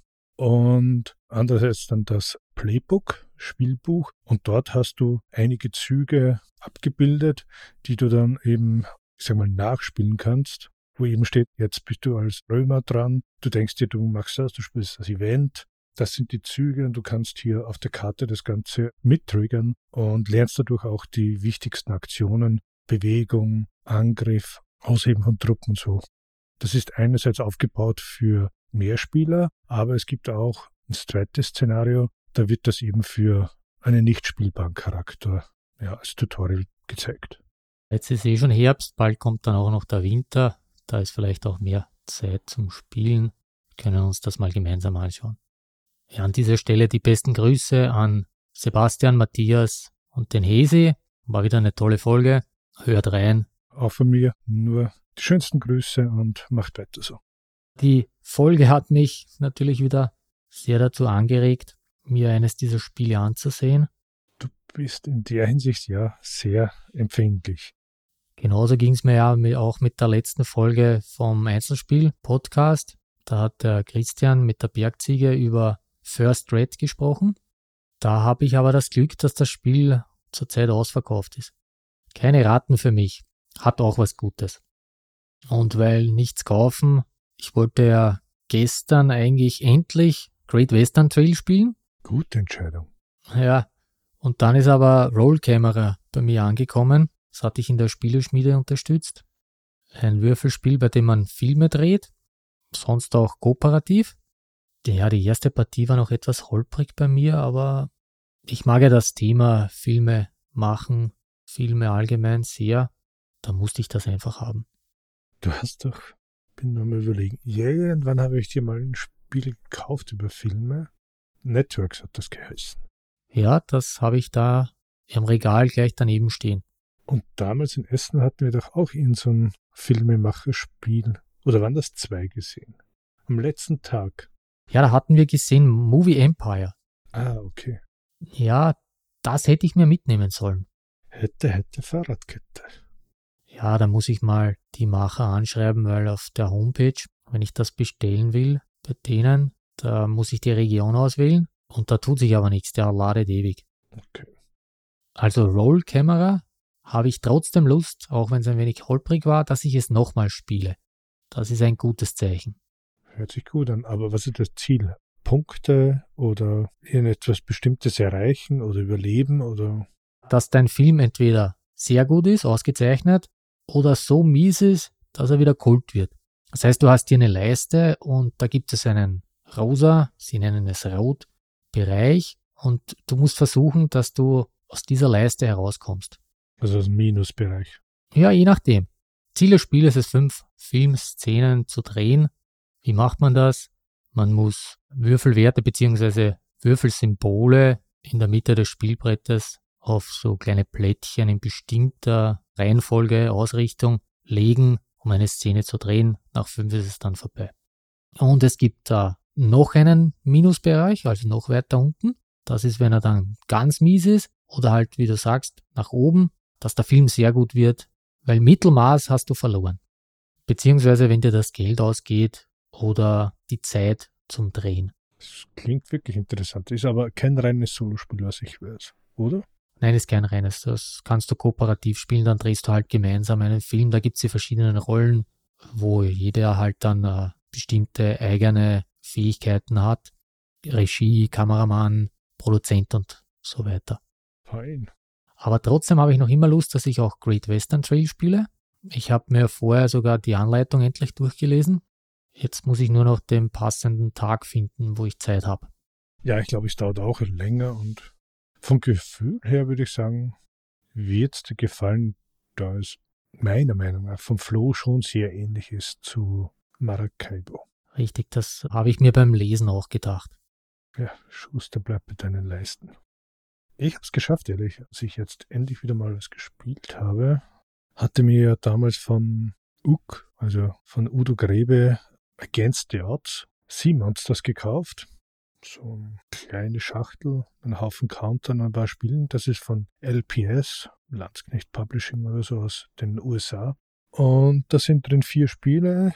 und andererseits dann das Playbook, Spielbuch, und dort hast du einige Züge abgebildet, die du dann eben, ich sag mal, nachspielen kannst, wo eben steht, jetzt bist du als Römer dran, du denkst dir, du machst das, du spielst das Event, das sind die Züge und du kannst hier auf der Karte das Ganze mittriggern und lernst dadurch auch die wichtigsten Aktionen, Bewegung, Angriff, Ausheben von Truppen und so. Das ist einerseits aufgebaut für Mehrspieler, aber es gibt auch ein zweites Szenario, da wird das eben für einen nicht spielbaren Charakter als Tutorial gezeigt. Jetzt ist schon Herbst, bald kommt dann auch noch der Winter, da ist vielleicht auch mehr Zeit zum Spielen. Wir können uns das mal gemeinsam anschauen. Ja, an dieser Stelle die besten Grüße an Sebastian, Matthias und den Hesi. War wieder eine tolle Folge. Hört rein. Auch von mir nur die schönsten Grüße und macht weiter so. Die Folge hat mich natürlich wieder sehr dazu angeregt, mir eines dieser Spiele anzusehen. Du bist in der Hinsicht ja sehr empfindlich. Genauso ging es mir ja auch mit der letzten Folge vom Einzelspiel-Podcast. Da hat der Christian mit der Bergziege über First Red gesprochen. Da habe ich aber das Glück, dass das Spiel zurzeit ausverkauft ist. Keine Raten für mich. Hat auch was Gutes. Und weil nichts kaufen, ich wollte ja gestern eigentlich endlich Great Western Trail spielen. Gute Entscheidung. Ja, und dann ist aber Roll Camera bei mir angekommen. Das hatte ich in der Spieleschmiede unterstützt. Ein Würfelspiel, bei dem man Filme dreht, sonst auch kooperativ. Ja, die erste Partie war noch etwas holprig bei mir, aber ich mag ja das Thema Filme machen, Filme allgemein sehr. Da musste ich das einfach haben. Du hast doch, bin noch mal überlegen, irgendwann habe ich dir mal ein Spiel gekauft über Filme. Networks hat das geheißen. Ja, das habe ich da im Regal gleich daneben stehen. Und damals in Essen hatten wir doch auch so ein Filmemacherspiel. Oder waren das 2 gesehen? Am letzten Tag. Ja, da hatten wir gesehen Movie Empire. Ah, okay. Ja, das hätte ich mir mitnehmen sollen. Hätte Fahrradkette. Ja, da muss ich mal die Macher anschreiben, weil auf der Homepage, wenn ich das bestellen will, bei denen, da muss ich die Region auswählen und da tut sich aber nichts, der ladet ewig. Okay. Also Roll Camera habe ich trotzdem Lust, auch wenn es ein wenig holprig war, dass ich es nochmal spiele. Das ist ein gutes Zeichen. Hört sich gut an, aber was ist das Ziel? Punkte oder irgendetwas Bestimmtes erreichen oder überleben oder? Dass dein Film entweder sehr gut ist, ausgezeichnet, oder so mies ist, dass er wieder Kult wird. Das heißt, du hast hier eine Leiste und da gibt es einen rosa, sie nennen es rot, Bereich und du musst versuchen, dass du aus dieser Leiste herauskommst. Also aus dem Minusbereich. Ja, je nachdem. Ziel des Spiels ist es, 5 Filmszenen zu drehen. Wie macht man das? Man muss Würfelwerte bzw. Würfelsymbole in der Mitte des Spielbrettes auf so kleine Plättchen in bestimmter Reihenfolge, Ausrichtung legen, um eine Szene zu drehen. Nach 5 ist es dann vorbei. Und es gibt da noch einen Minusbereich, also noch weiter unten. Das ist, wenn er dann ganz mies ist oder halt, wie du sagst, nach oben, dass der Film sehr gut wird, weil Mittelmaß hast du verloren. Beziehungsweise, wenn dir das Geld ausgeht oder die Zeit zum Drehen. Das klingt wirklich interessant. Ist aber kein reines Solospiel, was ich weiß, oder? Nein, ist kein reines. Das kannst du kooperativ spielen, dann drehst du halt gemeinsam einen Film. Da gibt es die verschiedenen Rollen, wo jeder halt dann bestimmte eigene Fähigkeiten hat. Regie, Kameramann, Produzent und so weiter. Fein. Aber trotzdem habe ich noch immer Lust, dass ich auch Great Western Trail spiele. Ich habe mir vorher sogar die Anleitung endlich durchgelesen. Jetzt muss ich nur noch den passenden Tag finden, wo ich Zeit habe. Ja, ich glaube, es dauert auch länger und vom Gefühl her würde ich sagen, wird es dir gefallen, da es meiner Meinung nach vom Flow schon sehr ähnlich ist zu Maracaibo. Richtig, das habe ich mir beim Lesen auch gedacht. Ja, Schuster bleibt bei deinen Leisten. Ich habe es geschafft, ehrlich, als ich jetzt endlich wieder mal was gespielt habe. Hatte mir ja damals von UG, also von Udo Grebe, Against the Odds, Sea Monsters gekauft. So eine kleine Schachtel, ein Haufen Counter und ein paar Spielen. Das ist von LPS, Landsknecht Publishing oder so aus den USA. Und da sind drin 4 Spiele,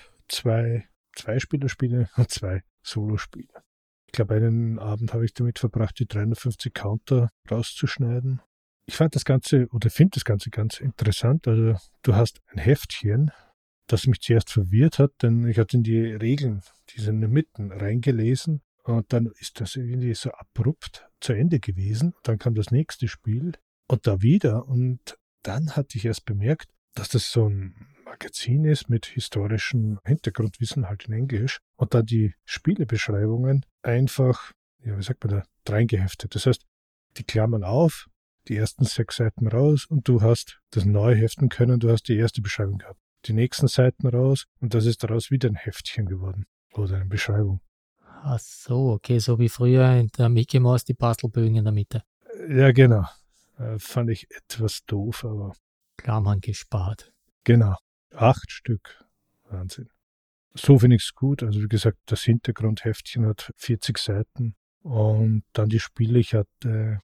2 Zweispielerspiele und 2 Solospiele. Ich glaube, einen Abend habe ich damit verbracht, die 350 Counter rauszuschneiden. Ich fand das Ganze, oder finde das Ganze ganz interessant. Also du hast ein Heftchen, das mich zuerst verwirrt hat, denn ich hatte in die Regeln, diese Mitten reingelesen und dann ist das irgendwie so abrupt zu Ende gewesen. Dann kam das nächste Spiel und da wieder und dann hatte ich erst bemerkt, dass das so ein Magazin ist mit historischem Hintergrundwissen, halt in Englisch, und da die Spielebeschreibungen einfach, ja, wie sagt man da, reingeheftet. Das heißt, die Klammern auf, die ersten 6 Seiten raus und du hast das neu heften können, du hast die erste Beschreibung gehabt. Die nächsten Seiten raus und das ist daraus wieder ein Heftchen geworden oder eine Beschreibung. Ach so, okay, so wie früher in der Mickey Mouse die Bastelbögen in der Mitte. Ja, genau. Fand ich etwas doof, aber Klammern gespart. genau. 8 Stück. Wahnsinn. So finde ich es gut. Also wie gesagt, das Hintergrundheftchen hat 40 Seiten. Und dann die Spiele. Ich hatte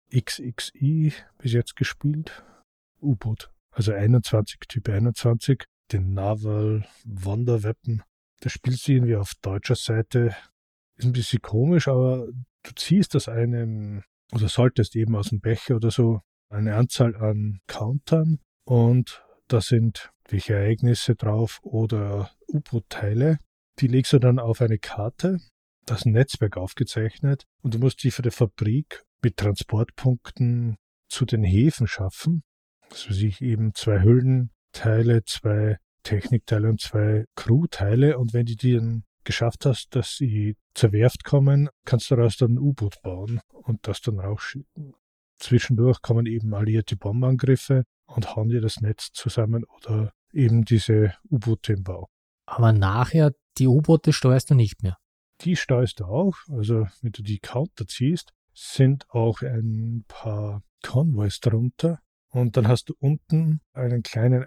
XXI bis jetzt gespielt. U-Boot. Also 21, Typ 21. Den Naval Wonder Weapon. Das spielst du irgendwie auf deutscher Seite. Ist ein bisschen komisch, aber du ziehst aus einem, oder solltest eben aus dem Becher oder so, eine Anzahl an Countern. Und da sind irgendwelche Ereignisse drauf oder U-Boot-Teile. Die legst du dann auf eine Karte, da ist ein Netzwerk aufgezeichnet und du musst die für die Fabrik mit Transportpunkten zu den Häfen schaffen. Also sich eben 2 Hüllenteile, 2 Technikteile und 2 Crewteile. Und wenn du die dann geschafft hast, dass sie zur Werft kommen, kannst du daraus dann ein U-Boot bauen und das dann rausschicken. Zwischendurch kommen eben alliierte Bombenangriffe und hauen dir das Netz zusammen oder eben diese U-Boote im Bau. Aber nachher, die U-Boote steuerst du nicht mehr. Die steuerst du auch, also wenn du die Counter ziehst, sind auch ein paar Konvois drunter und dann hast du unten einen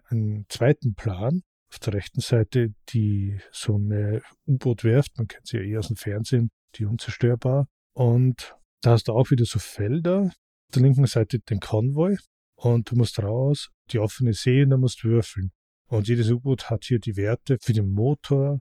zweiten Plan auf der rechten Seite, die so eine U-Boot-Werft, man kennt sie ja eher aus dem Fernsehen, die unzerstörbar, und da hast du auch wieder so Felder, auf der linken Seite den Konvoi und du musst raus, die offene See und dann musst du würfeln. Und jedes U-Boot hat hier die Werte für den Motor,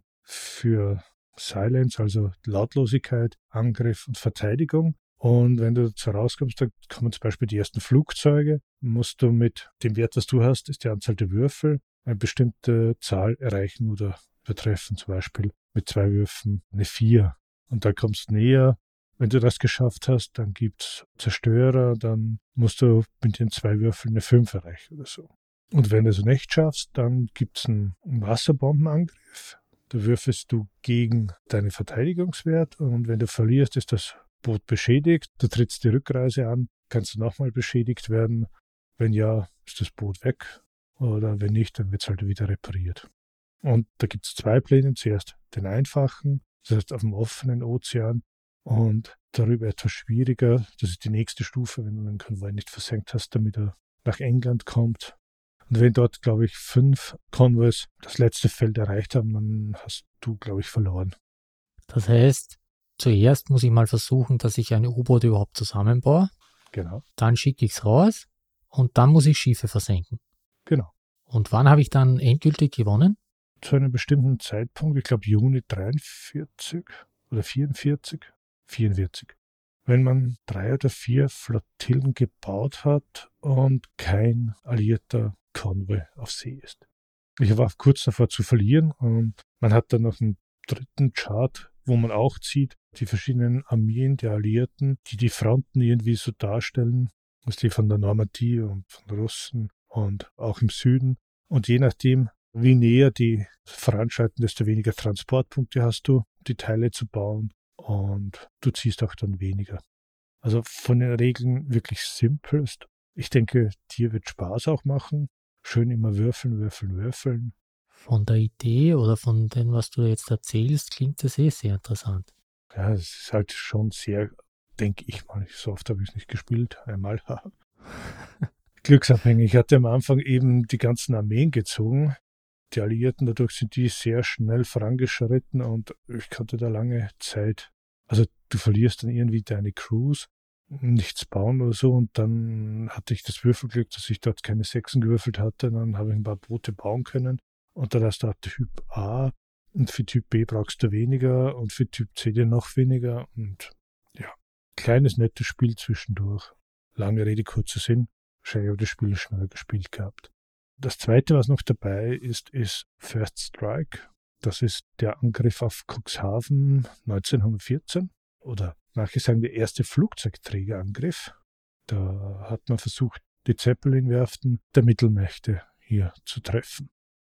für Silence, also Lautlosigkeit, Angriff und Verteidigung. Und wenn du dazu rauskommst, dann kommen zum Beispiel die ersten Flugzeuge, musst du mit dem Wert, was du hast, ist die Anzahl der Würfel, eine bestimmte Zahl erreichen oder übertreffen, zum Beispiel mit 2 Würfen eine 4. Und da kommst du näher. Wenn du das geschafft hast, dann gibt's Zerstörer, dann musst du mit den 2 Würfeln eine 5 erreichen oder so. Und wenn du es nicht schaffst, dann gibt's einen Wasserbombenangriff. Da würfelst du gegen deinen Verteidigungswert und wenn du verlierst, ist das Boot beschädigt. Du trittst die Rückreise an, kannst du nochmal beschädigt werden. Wenn ja, ist das Boot weg oder wenn nicht, dann wird es halt wieder repariert. Und da gibt es 2 Pläne. Zuerst den einfachen, das heißt auf dem offenen Ozean und darüber etwas schwieriger. Das ist die nächste Stufe, wenn du den Konvoi nicht versenkt hast, damit er nach England kommt. Und wenn dort, glaube ich, 5 Konvois das letzte Feld erreicht haben, dann hast du, glaube ich, verloren. Das heißt, zuerst muss ich mal versuchen, dass ich ein U-Boot überhaupt zusammenbaue. Genau. Dann schicke ich es raus und dann muss ich Schiffe versenken. Genau. Und wann habe ich dann endgültig gewonnen? Zu einem bestimmten Zeitpunkt, ich glaube Juni 43 oder 44. Wenn man 3 oder 4 Flottillen gebaut hat und kein alliierter Konvoi auf See ist. Ich war kurz davor zu verlieren und man hat dann noch einen 3. Chart, wo man auch sieht, die verschiedenen Armeen der Alliierten, die die Fronten irgendwie so darstellen, was die von der Normandie und von den Russen und auch im Süden. Und je nachdem, wie näher die voranschreiten, desto weniger Transportpunkte hast du, die Teile zu bauen und du ziehst auch dann weniger. Also von den Regeln wirklich simpelst. Ich denke, dir wird Spaß auch machen. Schön immer würfeln. Von der Idee oder von dem, was du jetzt erzählst, klingt das sehr interessant. Ja, es ist halt schon sehr, denke ich mal, so oft habe ich es nicht gespielt, einmal. Glücksabhängig. Ich hatte am Anfang eben die ganzen Armeen gezogen. Die Alliierten, dadurch sind die sehr schnell vorangeschritten und ich konnte da lange Zeit, also du verlierst dann irgendwie deine Crews, nichts bauen oder so und dann hatte ich das Würfelglück, dass ich dort keine 6 gewürfelt hatte, dann habe ich ein paar Boote bauen können und dann hast du Typ A und für Typ B brauchst du weniger und für Typ C dir noch weniger und ja, kleines nettes Spiel zwischendurch. Lange Rede, kurzer Sinn, wahrscheinlich habe ich das Spiel schneller gespielt gehabt. Das zweite, was noch dabei ist First Strike. Das ist der Angriff auf Cuxhaven 1914 oder manche sagen der erste Flugzeugträgerangriff. Da hat man versucht, die Zeppelin-Werften der Mittelmächte hier zu treffen.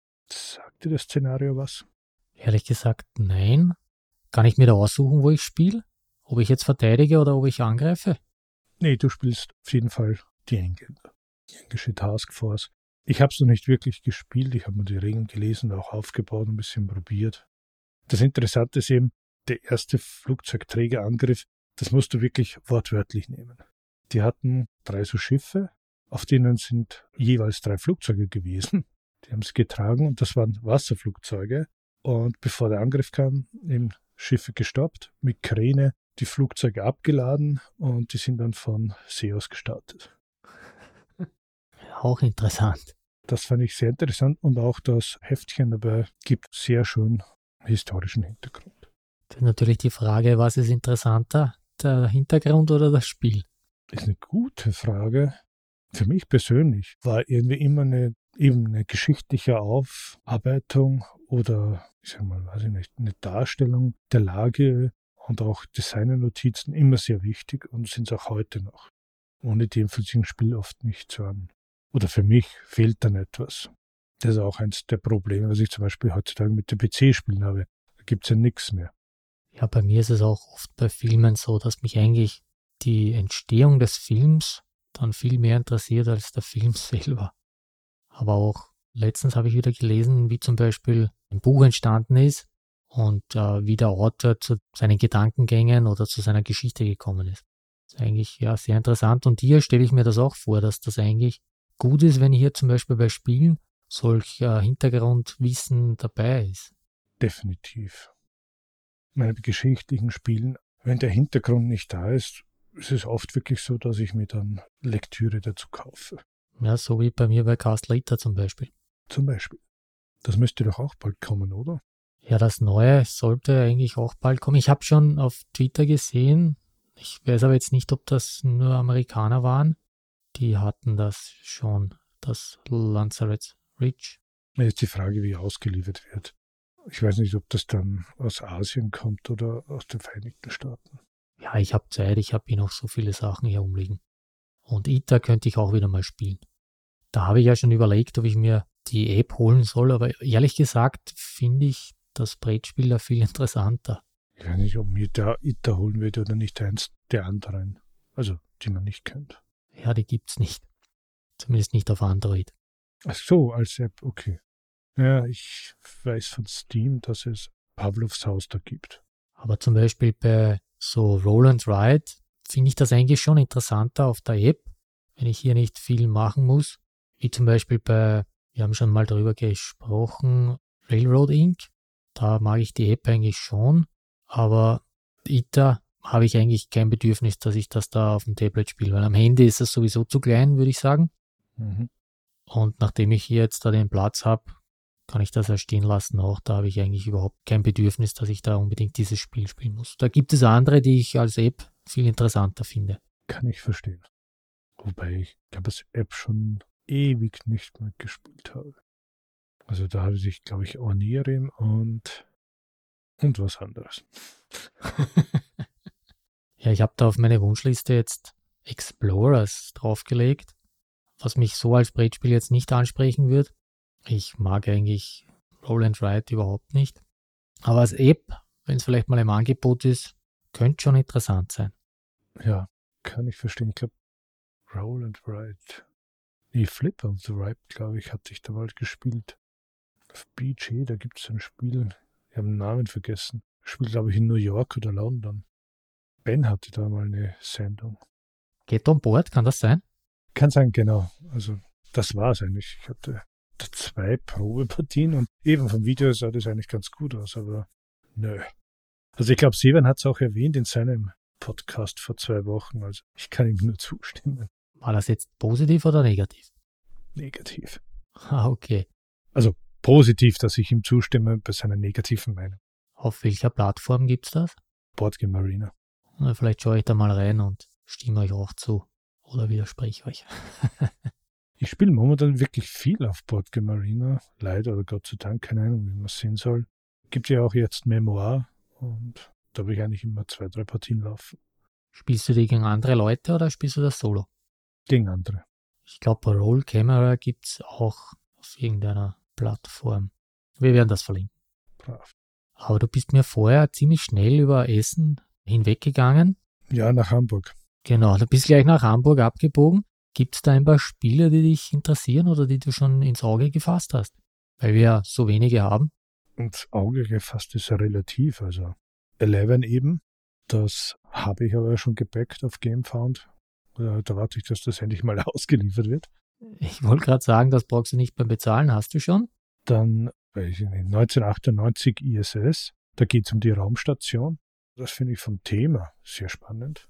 Sagt dir das Szenario was? Ehrlich gesagt, nein. Kann ich mir da aussuchen, wo ich spiele? Ob ich jetzt verteidige oder ob ich angreife? Nee, du spielst auf jeden Fall die Engländer. Die englische Taskforce. Ich habe es noch nicht wirklich gespielt. Ich habe mir die Regeln gelesen, auch aufgebaut, ein bisschen probiert. Das Interessante ist eben, der erste Flugzeugträgerangriff, das musst du wirklich wortwörtlich nehmen. Die hatten 3 so Schiffe, auf denen sind jeweils 3 Flugzeuge gewesen. Die haben es getragen und das waren Wasserflugzeuge. Und bevor der Angriff kam, eben Schiffe gestoppt, mit Kräne die Flugzeuge abgeladen und die sind dann von See aus gestartet. Auch interessant. Das fand ich sehr interessant und auch das Heftchen dabei gibt sehr schön historischen Hintergrund. Das ist natürlich die Frage, was ist interessanter, der Hintergrund oder das Spiel? Das ist eine gute Frage. Für mich persönlich war irgendwie immer eine eben eine geschichtliche Aufarbeitung oder, ich sag mal, weiß ich nicht, eine Darstellung der Lage und auch Designernotizen immer sehr wichtig und sind es auch heute noch. Ohne die fühlt sich ein Spiel oft nicht so an. Oder für mich fehlt dann etwas. Das ist auch eins der Probleme, was ich zum Beispiel heutzutage mit den PC-Spielen habe. Da gibt es ja nichts mehr. Ja, bei mir ist es auch oft bei Filmen so, dass mich eigentlich die Entstehung des Films dann viel mehr interessiert als der Film selber. Aber auch letztens habe ich wieder gelesen, wie zum Beispiel ein Buch entstanden ist und wie der Autor zu seinen Gedankengängen oder zu seiner Geschichte gekommen ist. Das ist eigentlich ja sehr interessant und hier stelle ich mir das auch vor, dass das eigentlich gut ist, wenn hier zum Beispiel bei Spielen solch Hintergrundwissen dabei ist. Definitiv. Bei geschichtlichen Spielen, wenn der Hintergrund nicht da ist, ist es oft wirklich so, dass ich mir dann Lektüre dazu kaufe. Ja, so wie bei mir bei Castle Ita zum Beispiel. Zum Beispiel. Das müsste doch auch bald kommen, oder? Ja, das Neue sollte eigentlich auch bald kommen. Ich habe schon auf Twitter gesehen, ich weiß aber jetzt nicht, ob das nur Amerikaner waren, die hatten das schon, das Lanzaret's Reach. Jetzt die Frage, wie ausgeliefert wird. Ich weiß nicht, ob das dann aus Asien kommt oder aus den Vereinigten Staaten. Ja, ich habe Zeit, ich habe hier noch so viele Sachen hier umliegen. Und Ita könnte ich auch wieder mal spielen. Da habe ich ja schon überlegt, ob ich mir die App holen soll, aber ehrlich gesagt finde ich das Brettspiel da viel interessanter. Ich weiß nicht, ob mir der Ita holen wird oder nicht eins der anderen. Also, die man nicht kennt. Ja, die gibt's nicht. Zumindest nicht auf Android. Ach so, als App, okay. Ja, ich weiß von Steam, dass es Pavlovs Haus da gibt. Aber zum Beispiel bei so Roll and Ride finde ich das eigentlich schon interessanter auf der App, wenn ich hier nicht viel machen muss. Wie zum Beispiel wir haben schon mal darüber gesprochen, Railroad Inc. Da mag ich die App eigentlich schon, aber Ita habe ich eigentlich kein Bedürfnis, dass ich das da auf dem Tablet spiele, weil am Handy ist es sowieso zu klein, würde ich sagen. Mhm. Und nachdem ich hier jetzt da den Platz habe, kann ich das ja stehen lassen auch. Da habe ich eigentlich überhaupt kein Bedürfnis, dass ich da unbedingt dieses Spiel spielen muss. Da gibt es andere, die ich als App viel interessanter finde. Kann ich verstehen. Wobei ich glaube, das App schon ewig nicht mehr gespielt habe. Also da habe ich, glaube ich, Ornirim und was anderes. Ja, ich habe da auf meine Wunschliste jetzt Explorers draufgelegt, was mich so als Brettspiel jetzt nicht ansprechen wird. Ich mag eigentlich Roll and Ride überhaupt nicht. Aber als App, wenn es vielleicht mal im Angebot ist, könnte schon interessant sein. Ja, kann ich verstehen. Ich glaube, Roll and Ride. Nee, Flip and the Ride, glaube ich, hatte ich da mal gespielt. Auf BG, da gibt es ein Spiel, ich habe den Namen vergessen. Spielt, glaube ich, in New York oder London. Ben hatte da mal eine Sendung. Get on Board, kann das sein? Kann sein, genau. Also, das war es eigentlich. Ich hatte 2 Probepartien und eben vom Video sah das eigentlich ganz gut aus, aber nö. Also ich glaube, Sevan hat es auch erwähnt in seinem Podcast vor 2 Wochen, also ich kann ihm nur zustimmen. War das jetzt positiv oder negativ? Negativ. Ah, okay. Also positiv, dass ich ihm zustimme bei seiner negativen Meinung. Auf welcher Plattform gibt's das? Boardgame Arena. Na, vielleicht schaue ich da mal rein und stimme euch auch zu. Oder widerspreche euch. Ich spiele momentan wirklich viel auf Boardgame Arena. Leider oder Gott sei Dank, keine Ahnung, wie man es sehen soll. Gibt ja auch jetzt Memoir und da will ich eigentlich immer 2, 3 Partien laufen. Spielst du die gegen andere Leute oder spielst du das solo? Gegen andere. Ich glaube, Roll Camera gibt's auch auf irgendeiner Plattform. Wir werden das verlinken. Brav. Aber du bist mir vorher ziemlich schnell über Essen hinweggegangen. Ja, nach Hamburg. Genau, du bist gleich nach Hamburg abgebogen. Gibt es da ein paar Spiele, die dich interessieren oder die du schon ins Auge gefasst hast? Weil wir ja so wenige haben. Ins Auge gefasst ist ja relativ. Also 11 eben, das habe ich aber schon gebackt auf GameFound. Da warte ich, dass das endlich mal ausgeliefert wird. Ich wollte gerade sagen, das brauchst du nicht beim Bezahlen, hast du schon? Dann, weiß ich nicht, 1998 ISS, da geht es um die Raumstation. Das finde ich vom Thema sehr spannend.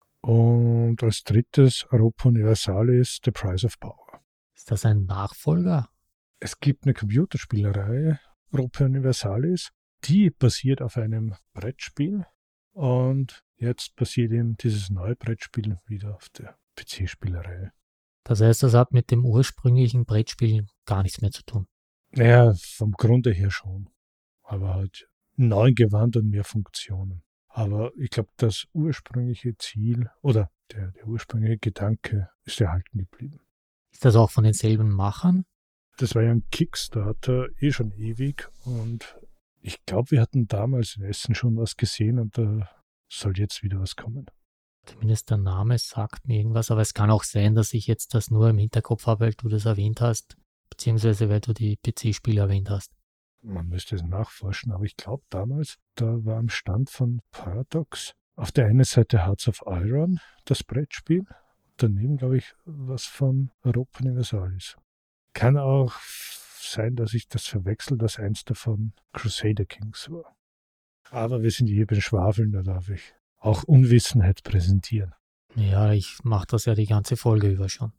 Und als drittes Europa Universalis, The Price of Power. Ist das ein Nachfolger? Es gibt eine Computerspielreihe, Europa Universalis, die basiert auf einem Brettspiel. Und jetzt basiert eben dieses neue Brettspiel wieder auf der PC-Spielerei. Das heißt, das hat mit dem ursprünglichen Brettspiel gar nichts mehr zu tun. Naja, vom Grunde her schon. Aber halt neu gewandt und mehr Funktionen. Aber ich glaube, das ursprüngliche Ziel oder der ursprüngliche Gedanke ist erhalten geblieben. Ist das auch von denselben Machern? Das war ja ein Kickstarter, schon ewig. Und ich glaube, wir hatten damals in Essen schon was gesehen und da soll jetzt wieder was kommen. Zumindest der Name sagt mir irgendwas, aber es kann auch sein, dass ich jetzt das nur im Hinterkopf habe, weil du das erwähnt hast, beziehungsweise weil du die PC-Spiele erwähnt hast. Man müsste es nachforschen, aber ich glaube damals, da war am Stand von Paradox auf der einen Seite Hearts of Iron, das Brettspiel, daneben glaube ich was von Europa Universalis. Kann auch sein, dass ich das verwechsel, dass eins davon Crusader Kings war. Aber wir sind hier beim Schwafeln, da darf ich auch Unwissenheit präsentieren. Ja, ich mache das ja die ganze Folge über schon.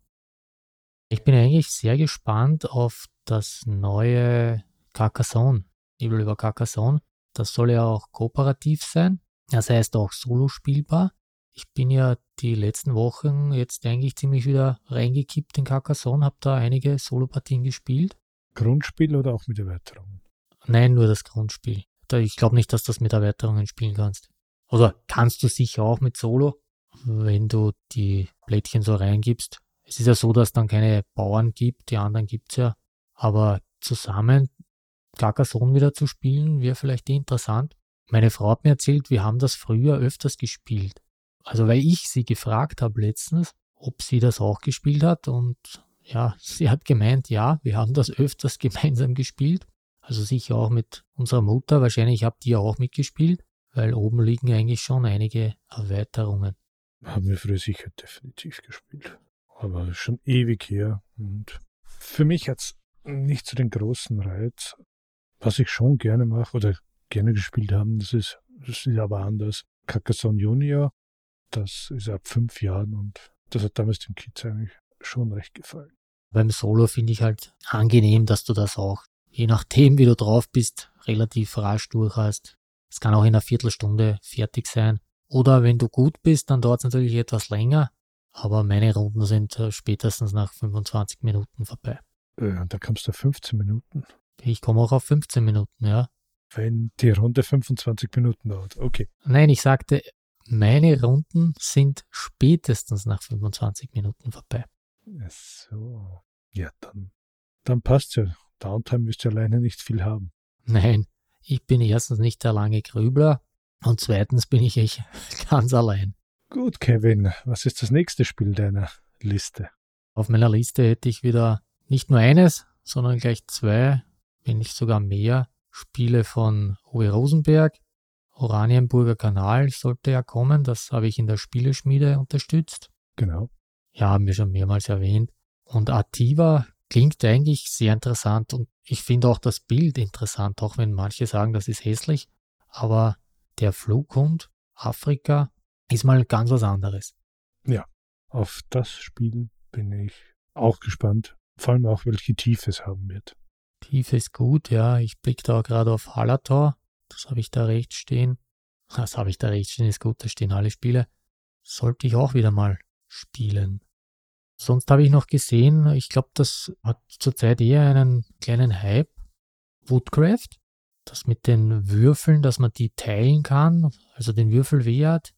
Ich bin eigentlich sehr gespannt auf das neue Carcassonne, Nebel über Carcassonne. Das soll ja auch kooperativ sein, das heißt auch solo spielbar. Ich bin ja die letzten Wochen jetzt eigentlich ziemlich wieder reingekippt in Carcassonne, habe da einige Solopartien gespielt. Grundspiel oder auch mit Erweiterungen? Nein, nur das Grundspiel. Ich glaube nicht, dass du das mit Erweiterungen spielen kannst. Oder kannst du sicher auch mit Solo, wenn du die Plättchen so reingibst. Es ist ja so, dass es dann keine Bauern gibt, die anderen gibt's ja. Aber zusammen Carcassonne wieder zu spielen, wäre vielleicht interessant. Meine Frau hat mir erzählt, wir haben das früher öfters gespielt. Also weil ich sie gefragt habe letztens, ob sie das auch gespielt hat. Und ja, sie hat gemeint, ja, wir haben das öfters gemeinsam gespielt. Also sicher auch mit unserer Mutter. Wahrscheinlich habt ihr auch mitgespielt, weil oben liegen eigentlich schon einige Erweiterungen. Haben wir früher sicher definitiv gespielt. Aber schon ewig her. Und für mich hat es nicht so den großen Reiz. Was ich schon gerne mache oder gerne gespielt haben, das ist aber anders. Carcassonne Junior, das ist ab 5 Jahren und das hat damals den Kids eigentlich schon recht gefallen. Beim Solo finde ich halt angenehm, dass du das auch, je nachdem wie du drauf bist, relativ rasch durch hast. Es kann auch in einer Viertelstunde fertig sein. Oder wenn du gut bist, dann dauert es natürlich etwas länger. Aber meine Runden sind spätestens nach 25 Minuten vorbei. Da kommst du auf 15 Minuten. Ich komme auch auf 15 Minuten, ja. Wenn die Runde 25 Minuten dauert, okay. Nein, ich sagte, meine Runden sind spätestens nach 25 Minuten vorbei. Ach so. Ja, dann passt's ja. Downtime wirst du alleine nicht viel haben. Nein, ich bin erstens nicht der lange Grübler und zweitens bin ich ganz allein. Gut, Kevin, was ist das nächste Spiel deiner Liste? Auf meiner Liste hätte ich wieder nicht nur eines, sondern gleich 2, wenn nicht sogar mehr, Spiele von Uwe Rosenberg. Oranienburger Kanal sollte ja kommen, das habe ich in der Spieleschmiede unterstützt. Genau. Ja, haben wir schon mehrmals erwähnt. Und Ativa klingt eigentlich sehr interessant und ich finde auch das Bild interessant, auch wenn manche sagen, das ist hässlich. Aber der Flughund Afrika ist mal ganz was anderes. Ja, auf das Spiel bin ich auch gespannt. Vor allem auch, welche Tiefe es haben wird. Tiefe ist gut, ja. Ich blicke da gerade auf Hallertau. Das habe ich da rechts stehen. Das habe ich da rechts stehen, ist gut, da stehen alle Spiele. Sollte ich auch wieder mal spielen. Sonst habe ich noch gesehen, ich glaube, das hat zurzeit eher einen kleinen Hype. Woodcraft. Das mit den Würfeln, dass man die teilen kann, also den Würfelwert.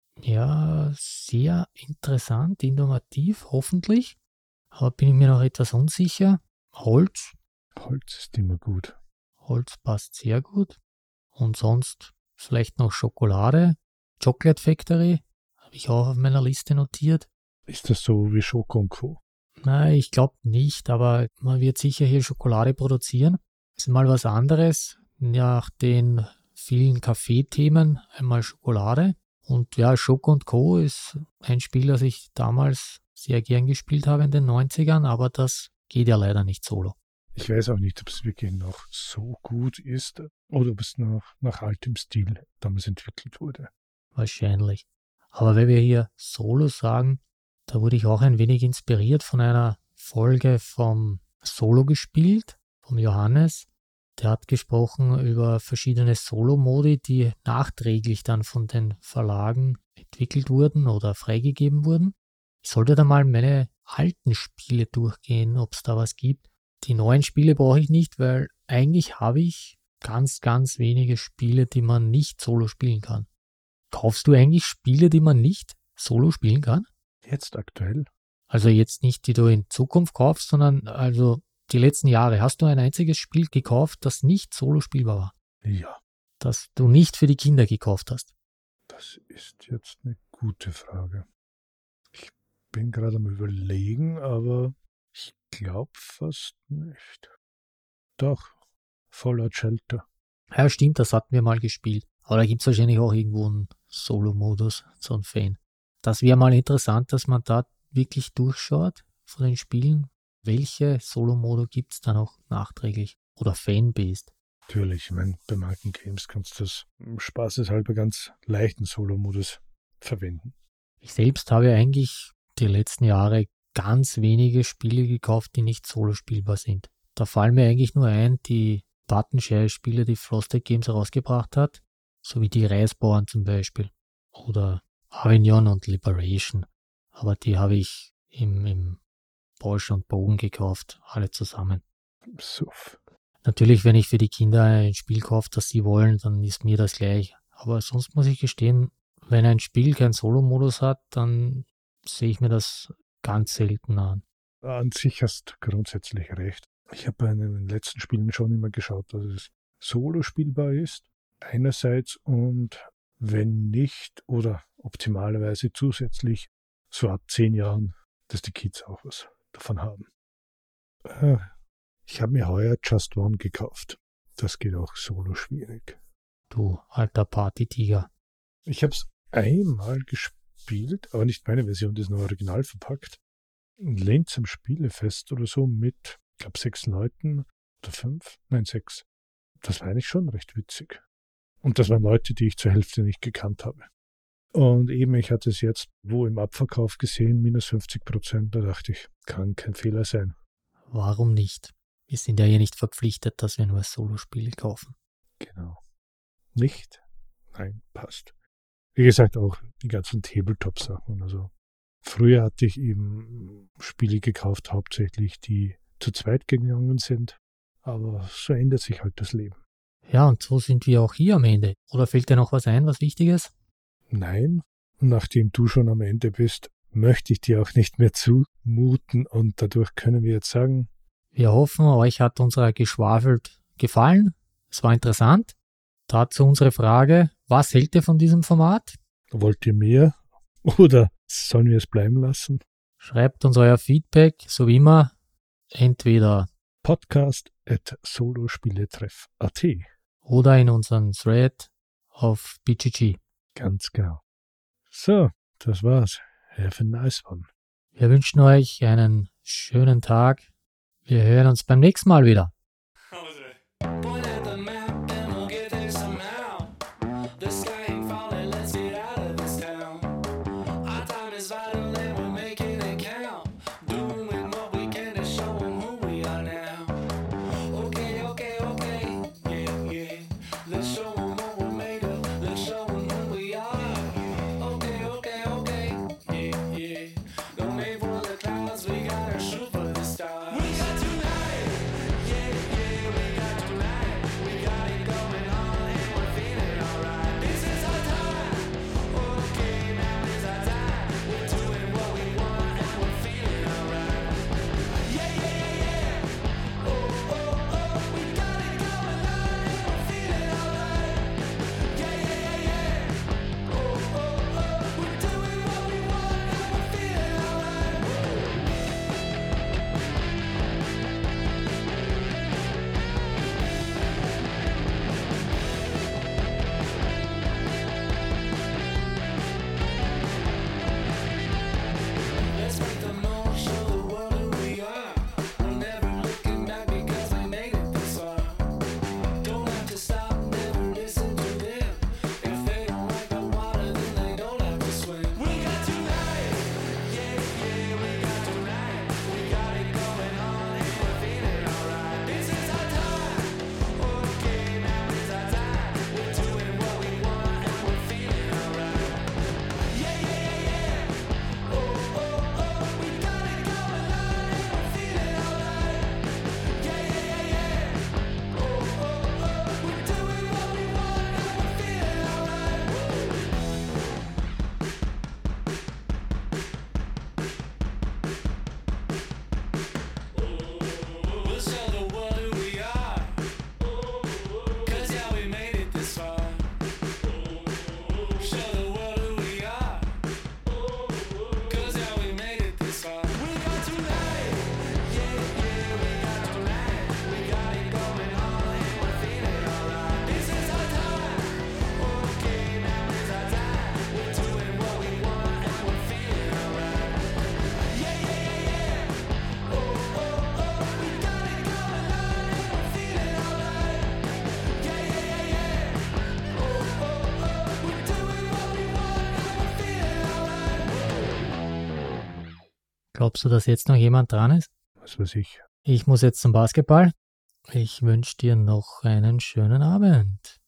Ja, sehr interessant, innovativ, hoffentlich. Aber bin ich mir noch etwas unsicher. Holz. Holz ist immer gut. Holz passt sehr gut. Und sonst vielleicht noch Schokolade. Chocolate Factory habe ich auch auf meiner Liste notiert. Ist das so wie Schoko und Co.? Nein, ich glaube nicht, aber man wird sicher hier Schokolade produzieren. Das ist mal was anderes. Nach den vielen Kaffeethemen einmal Schokolade. Und ja, Schoko und Co. ist ein Spiel, das ich damals sehr gern gespielt habe in den 90ern, aber das geht ja leider nicht solo. Ich weiß auch nicht, ob es wirklich noch so gut ist oder ob es nach altem Stil damals entwickelt wurde. Wahrscheinlich. Aber wenn wir hier Solo sagen, da wurde ich auch ein wenig inspiriert von einer Folge vom Solo gespielt, vom Johannes. Der hat gesprochen über verschiedene Solo-Modi, die nachträglich dann von den Verlagen entwickelt wurden oder freigegeben wurden. Ich sollte da mal meine alten Spiele durchgehen, ob es da was gibt. Die neuen Spiele brauche ich nicht, weil eigentlich habe ich ganz, ganz wenige Spiele, die man nicht solo spielen kann. Kaufst du eigentlich Spiele, die man nicht solo spielen kann? Jetzt aktuell? Also jetzt nicht, die du in Zukunft kaufst, sondern also die letzten Jahre. Hast du ein einziges Spiel gekauft, das nicht solo spielbar war? Ja. Das du nicht für die Kinder gekauft hast? Das ist jetzt eine gute Frage. Ich bin gerade am Überlegen, aber ich glaube fast nicht. Doch, Fallout Shelter. Ja, stimmt, das hatten wir mal gespielt. Aber da gibt es wahrscheinlich auch irgendwo einen Solo-Modus, so ein Fan. Das wäre mal interessant, dass man da wirklich durchschaut von den Spielen, welche Solo-Mode gibt es dann auch nachträglich oder fan-based. Natürlich, ich meine, bei manchen Games kannst du das spaßeshalber ganz leichten Solo-Modus verwenden. Ich selbst habe eigentlich die letzten Jahre ganz wenige Spiele gekauft, die nicht solo spielbar sind. Da fallen mir eigentlich nur ein, die Button-Share-Spiele, die Frosted Games herausgebracht hat, sowie die Reisbauern zum Beispiel oder Avignon und Liberation. Aber die habe ich im Bausch und Bogen gekauft, alle zusammen. Suff. Natürlich, wenn ich für die Kinder ein Spiel kaufe, das sie wollen, dann ist mir das gleich. Aber sonst muss ich gestehen, wenn ein Spiel keinen Solo-Modus hat, dann sehe ich mir das ganz selten an. An sich hast du grundsätzlich recht. Ich habe bei den letzten Spielen schon immer geschaut, dass es solo spielbar ist, einerseits, und wenn nicht oder optimalerweise zusätzlich so ab 10 Jahren, dass die Kids auch was davon haben. Ich habe mir heuer Just One gekauft. Das geht auch solo schwierig. Du alter Partytiger. Ich habe es einmal gespielt, aber nicht meine Version, die ist nur original verpackt. In Linz am Spielefest oder so mit, ich glaube, 6 Leuten oder 5, nein 6. Das war eigentlich schon recht witzig. Und das waren Leute, die ich zur Hälfte nicht gekannt habe. Und eben, ich hatte es jetzt wo im Abverkauf gesehen, minus 50%, da dachte ich, kann kein Fehler sein. Warum nicht? Wir sind ja hier nicht verpflichtet, dass wir nur Solospiele kaufen. Genau. Nicht? Nein, passt. Wie gesagt, auch die ganzen Tabletop-Sachen. Also früher hatte ich eben Spiele gekauft, hauptsächlich die zu zweit gegangen sind. Aber so ändert sich halt das Leben. Ja, und so sind wir auch hier am Ende. Oder fällt dir noch was ein, was Wichtiges? Nein, nachdem du schon am Ende bist, möchte ich dir auch nicht mehr zumuten. Und dadurch können wir jetzt sagen, wir hoffen, euch hat unser Geschwafelt gefallen. Es war interessant. Dazu unsere Frage, was hält ihr von diesem Format? wollt ihr mehr oder sollen wir es bleiben lassen? Schreibt uns euer Feedback, so wie immer, entweder podcast@solospieletreff.at oder in unseren Thread auf BGG. Ganz genau. So, das war's. Have a nice one. Wir wünschen euch einen schönen Tag. Wir hören uns beim nächsten Mal wieder. Yeah. Glaubst du, dass jetzt noch jemand dran ist? Was weiß ich. Ich muss jetzt zum Basketball. Ich wünsche dir noch einen schönen Abend.